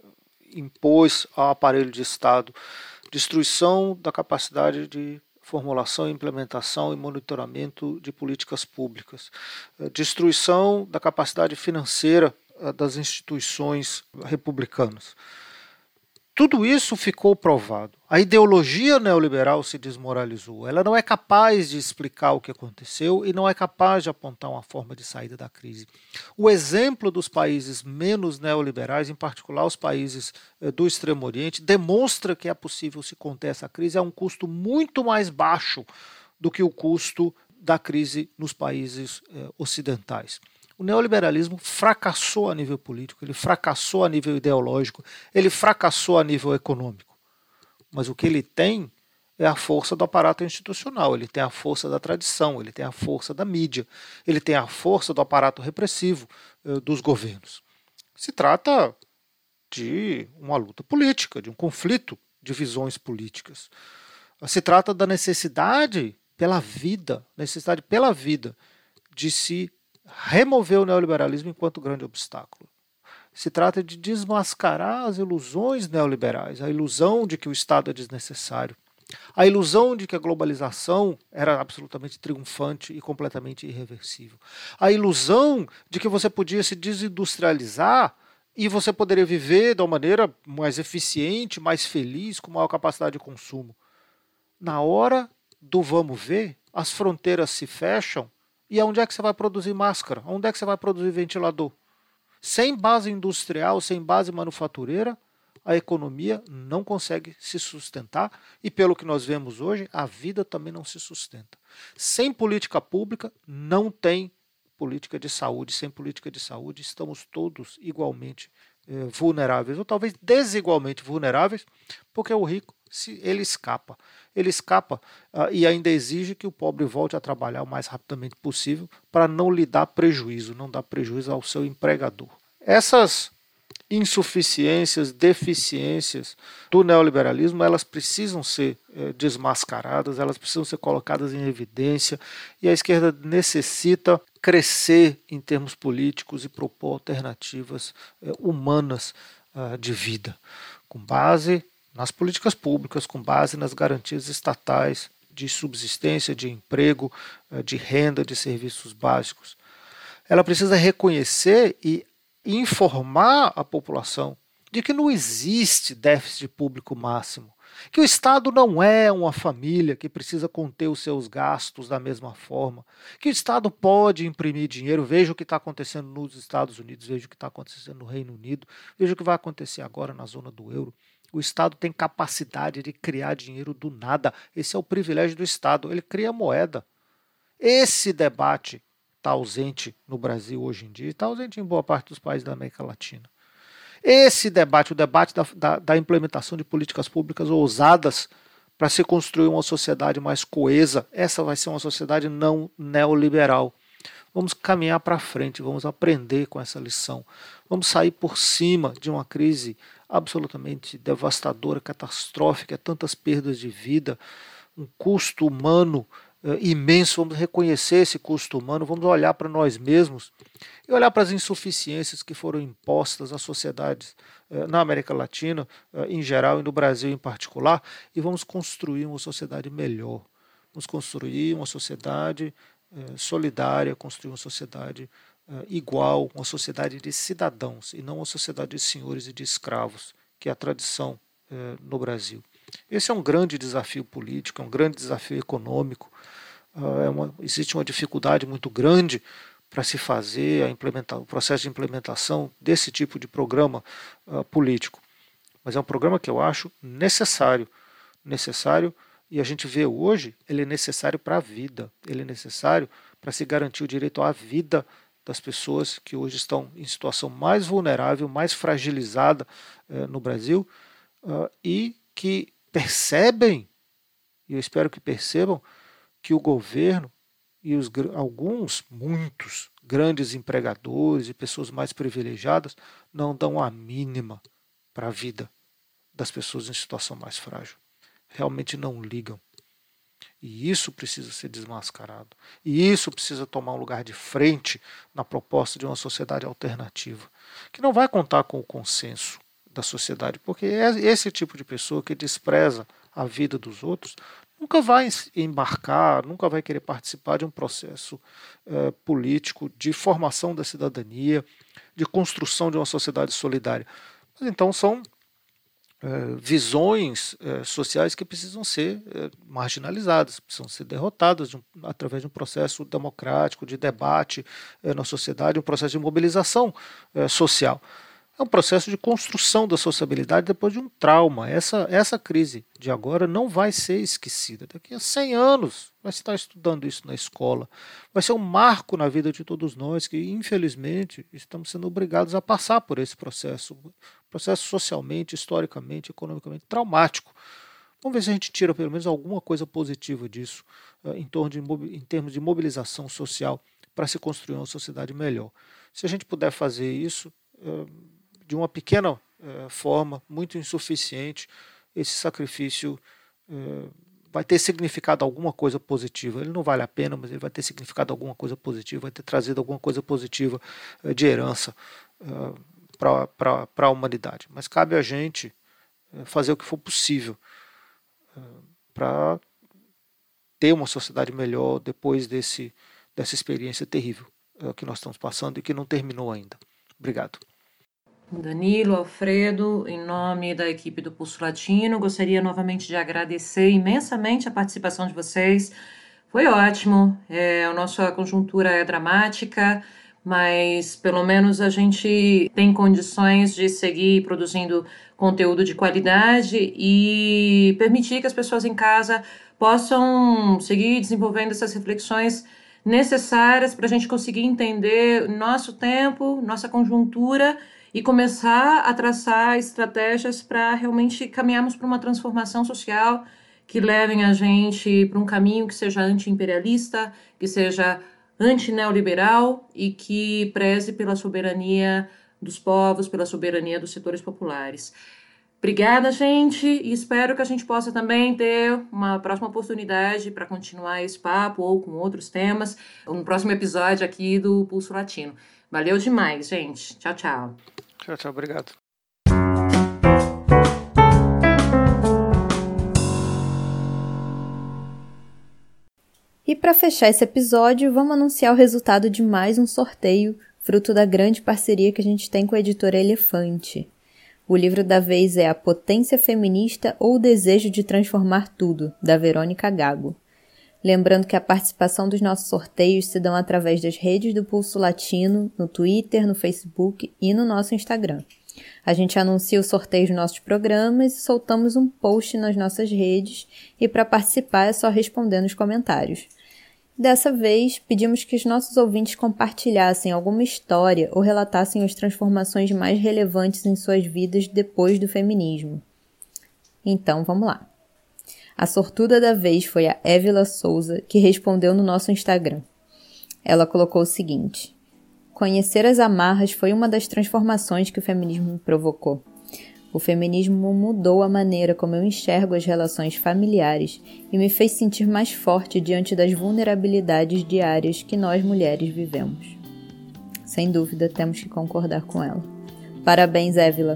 impôs ao aparelho de Estado, destruição da capacidade de formulação, implementação e monitoramento de políticas públicas, destruição da capacidade financeira das instituições republicanas. Tudo isso ficou provado. A ideologia neoliberal se desmoralizou. Ela não é capaz de explicar o que aconteceu e não é capaz de apontar uma forma de saída da crise. O exemplo dos países menos neoliberais, em particular os países do Extremo Oriente, demonstra que é possível se conter essa crise a um custo muito mais baixo do que o custo da crise nos países eh, ocidentais. O neoliberalismo fracassou a nível político, ele fracassou a nível ideológico, ele fracassou a nível econômico. Mas o que ele tem é a força do aparato institucional, ele tem a força da tradição, ele tem a força da mídia, ele tem a força do aparato repressivo eh, dos governos. Se trata de uma luta política, de um conflito de visões políticas. Se trata da necessidade pela vida, necessidade pela vida de se remover o neoliberalismo enquanto grande obstáculo. Se trata de desmascarar as ilusões neoliberais, a ilusão de que o Estado é desnecessário, a ilusão de que a globalização era absolutamente triunfante e completamente irreversível, a ilusão de que você podia se desindustrializar e você poderia viver de uma maneira mais eficiente, mais feliz, com maior capacidade de consumo. Na hora do vamos ver, as fronteiras se fecham. E onde é que você vai produzir máscara? Onde é que você vai produzir ventilador? Sem base industrial, sem base manufatureira, a economia não consegue se sustentar e, pelo que nós vemos hoje, a vida também não se sustenta. Sem política pública, não tem política de saúde. Sem política de saúde, estamos todos igualmente eh, vulneráveis, ou talvez desigualmente vulneráveis, porque o rico se ele escapa. Ele escapa uh, e ainda exige que o pobre volte a trabalhar o mais rapidamente possível para não lhe dar prejuízo, não dar prejuízo ao seu empregador. Essas insuficiências, deficiências do neoliberalismo, elas precisam ser eh, desmascaradas, elas precisam ser colocadas em evidência e a esquerda necessita crescer em termos políticos e propor alternativas eh, humanas uh, de vida, com base nas políticas públicas, com base nas garantias estatais de subsistência, de emprego, de renda, de serviços básicos. Ela precisa reconhecer e informar a população de que não existe déficit público máximo, que o Estado não é uma família que precisa conter os seus gastos da mesma forma, que o Estado pode imprimir dinheiro. Veja o que está acontecendo nos Estados Unidos, veja o que está acontecendo no Reino Unido, veja o que vai acontecer agora na zona do euro. O Estado tem capacidade de criar dinheiro do nada. Esse é o privilégio do Estado. Ele cria moeda. Esse debate está ausente no Brasil hoje em dia, está ausente em boa parte dos países da América Latina. Esse debate, o debate da, da, da implementação de políticas públicas ousadas para se construir uma sociedade mais coesa, essa vai ser uma sociedade não neoliberal. Vamos caminhar para frente, vamos aprender com essa lição. Vamos sair por cima de uma crise absolutamente devastadora, catastrófica, tantas perdas de vida, um custo humano uh, imenso. Vamos reconhecer esse custo humano, vamos olhar para nós mesmos e olhar para as insuficiências que foram impostas às sociedades uh, na América Latina uh, em geral e no Brasil em particular, e vamos construir uma sociedade melhor. Vamos construir uma sociedade uh, solidária, construir uma sociedade Uh, igual, uma sociedade de cidadãos e não uma sociedade de senhores e de escravos, que é a tradição uh, no Brasil. Esse é um grande desafio político, é um grande desafio econômico, uh, é uma, existe uma dificuldade muito grande para se fazer a implementar, o processo de implementação desse tipo de programa uh, político. Mas é um programa que eu acho necessário, necessário, e a gente vê hoje, ele é necessário para a vida, ele é necessário para se garantir o direito à vida das pessoas que hoje estão em situação mais vulnerável, mais fragilizada eh, no Brasil, uh, e que percebem, e eu espero que percebam, que o governo e os, alguns, muitos, grandes empregadores e pessoas mais privilegiadas não dão a mínima para a vida das pessoas em situação mais frágil. Realmente não ligam. E isso precisa ser desmascarado. E isso precisa tomar um lugar de frente na proposta de uma sociedade alternativa, que não vai contar com o consenso da sociedade, porque é esse tipo de pessoa que despreza a vida dos outros nunca vai embarcar, nunca vai querer participar de um processo eh, político de formação da cidadania, de construção de uma sociedade solidária. Mas então são eh, visões eh, sociais que precisam ser eh, marginalizadas, precisam ser derrotadas de um, através de um processo democrático, de debate eh, na sociedade, um processo de mobilização eh, social. É um processo de construção da sociabilidade depois de um trauma. Essa, essa crise de agora não vai ser esquecida. Daqui a cem anos vai estar estudando isso na escola. Vai ser um marco na vida de todos nós que, infelizmente, estamos sendo obrigados a passar por esse processo. Processo socialmente, historicamente, economicamente traumático. Vamos ver se a gente tira pelo menos alguma coisa positiva disso em, torno de, em termos de mobilização social para se construir uma sociedade melhor. Se a gente puder fazer isso de uma pequena eh, forma, muito insuficiente, esse sacrifício eh, vai ter significado alguma coisa positiva. Ele não vale a pena, mas ele vai ter significado alguma coisa positiva, vai ter trazido alguma coisa positiva eh, de herança eh, para a humanidade. Mas cabe a gente eh, fazer o que for possível eh, para ter uma sociedade melhor depois desse, dessa experiência terrível eh, que nós estamos passando e que não terminou ainda. Obrigado. Danilo, Alfredo, em nome da equipe do Pulso Latino, gostaria novamente de agradecer imensamente a participação de vocês. Foi ótimo, é, a nossa conjuntura é dramática, mas pelo menos a gente tem condições de seguir produzindo conteúdo de qualidade e permitir que as pessoas em casa possam seguir desenvolvendo essas reflexões necessárias para a gente conseguir entender nosso tempo, nossa conjuntura e começar a traçar estratégias para realmente caminharmos para uma transformação social que levem a gente para um caminho que seja anti-imperialista, que seja anti-neoliberal e que preze pela soberania dos povos, pela soberania dos setores populares. Obrigada, gente, e espero que a gente possa também ter uma próxima oportunidade para continuar esse papo ou com outros temas, no próximo episódio aqui do Pulso Latino. Valeu demais, gente. Tchau, tchau. Tchau, tchau. Obrigado. E para fechar esse episódio, vamos anunciar o resultado de mais um sorteio, fruto da grande parceria que a gente tem com a editora Elefante. O livro da vez é A Potência Feminista ou o Desejo de Transformar Tudo, da Verônica Gago. Lembrando que a participação dos nossos sorteios se dão através das redes do Pulso Latino, no Twitter, no Facebook e no nosso Instagram. A gente anuncia os sorteios dos nossos programas e soltamos um post nas nossas redes e para participar é só responder nos comentários. Dessa vez, pedimos que os nossos ouvintes compartilhassem alguma história ou relatassem as transformações mais relevantes em suas vidas depois do feminismo. Então, vamos lá. A sortuda da vez foi a Évila Souza, que respondeu no nosso Instagram. Ela colocou o seguinte: conhecer as amarras foi uma das transformações que o feminismo me provocou. O feminismo mudou a maneira como eu enxergo as relações familiares e me fez sentir mais forte diante das vulnerabilidades diárias que nós mulheres vivemos. Sem dúvida, temos que concordar com ela. Parabéns, Évila!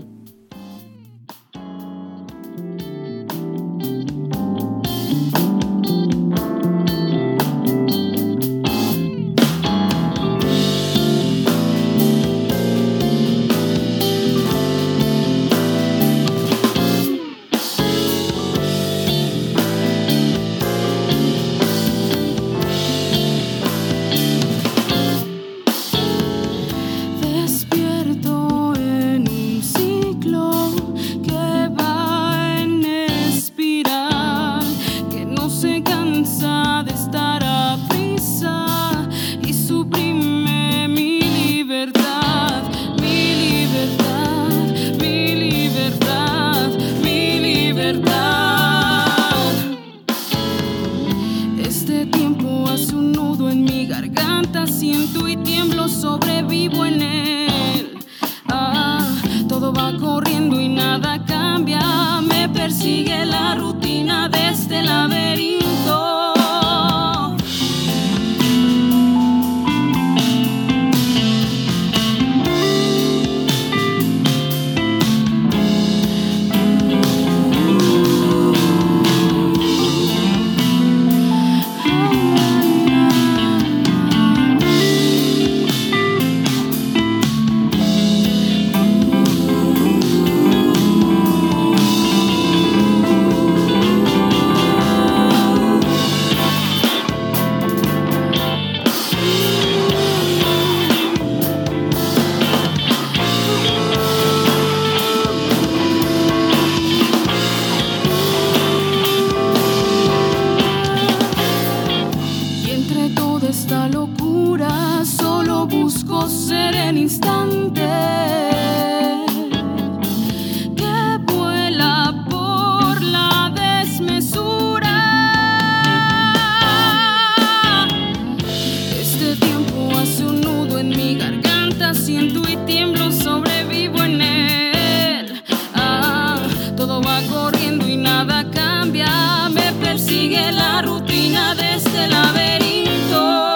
Despierto en un sitio sigue la rutina de este laberinto.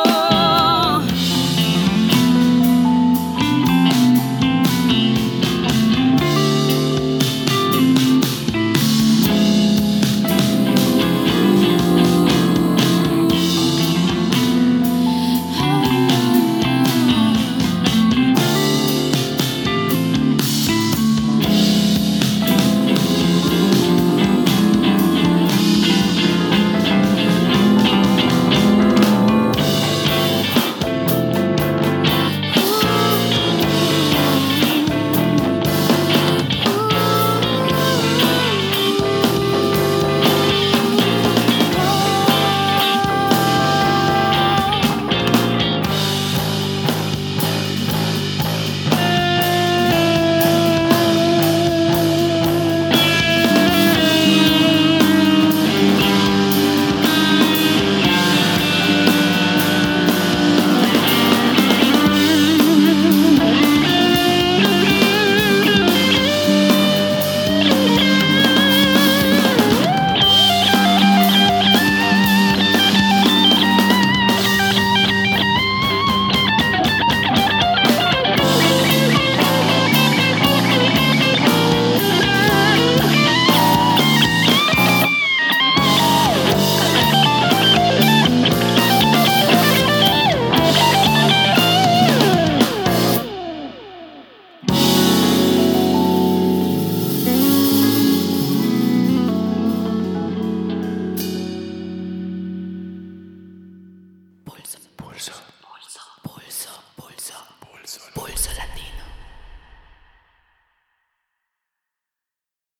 Pulso.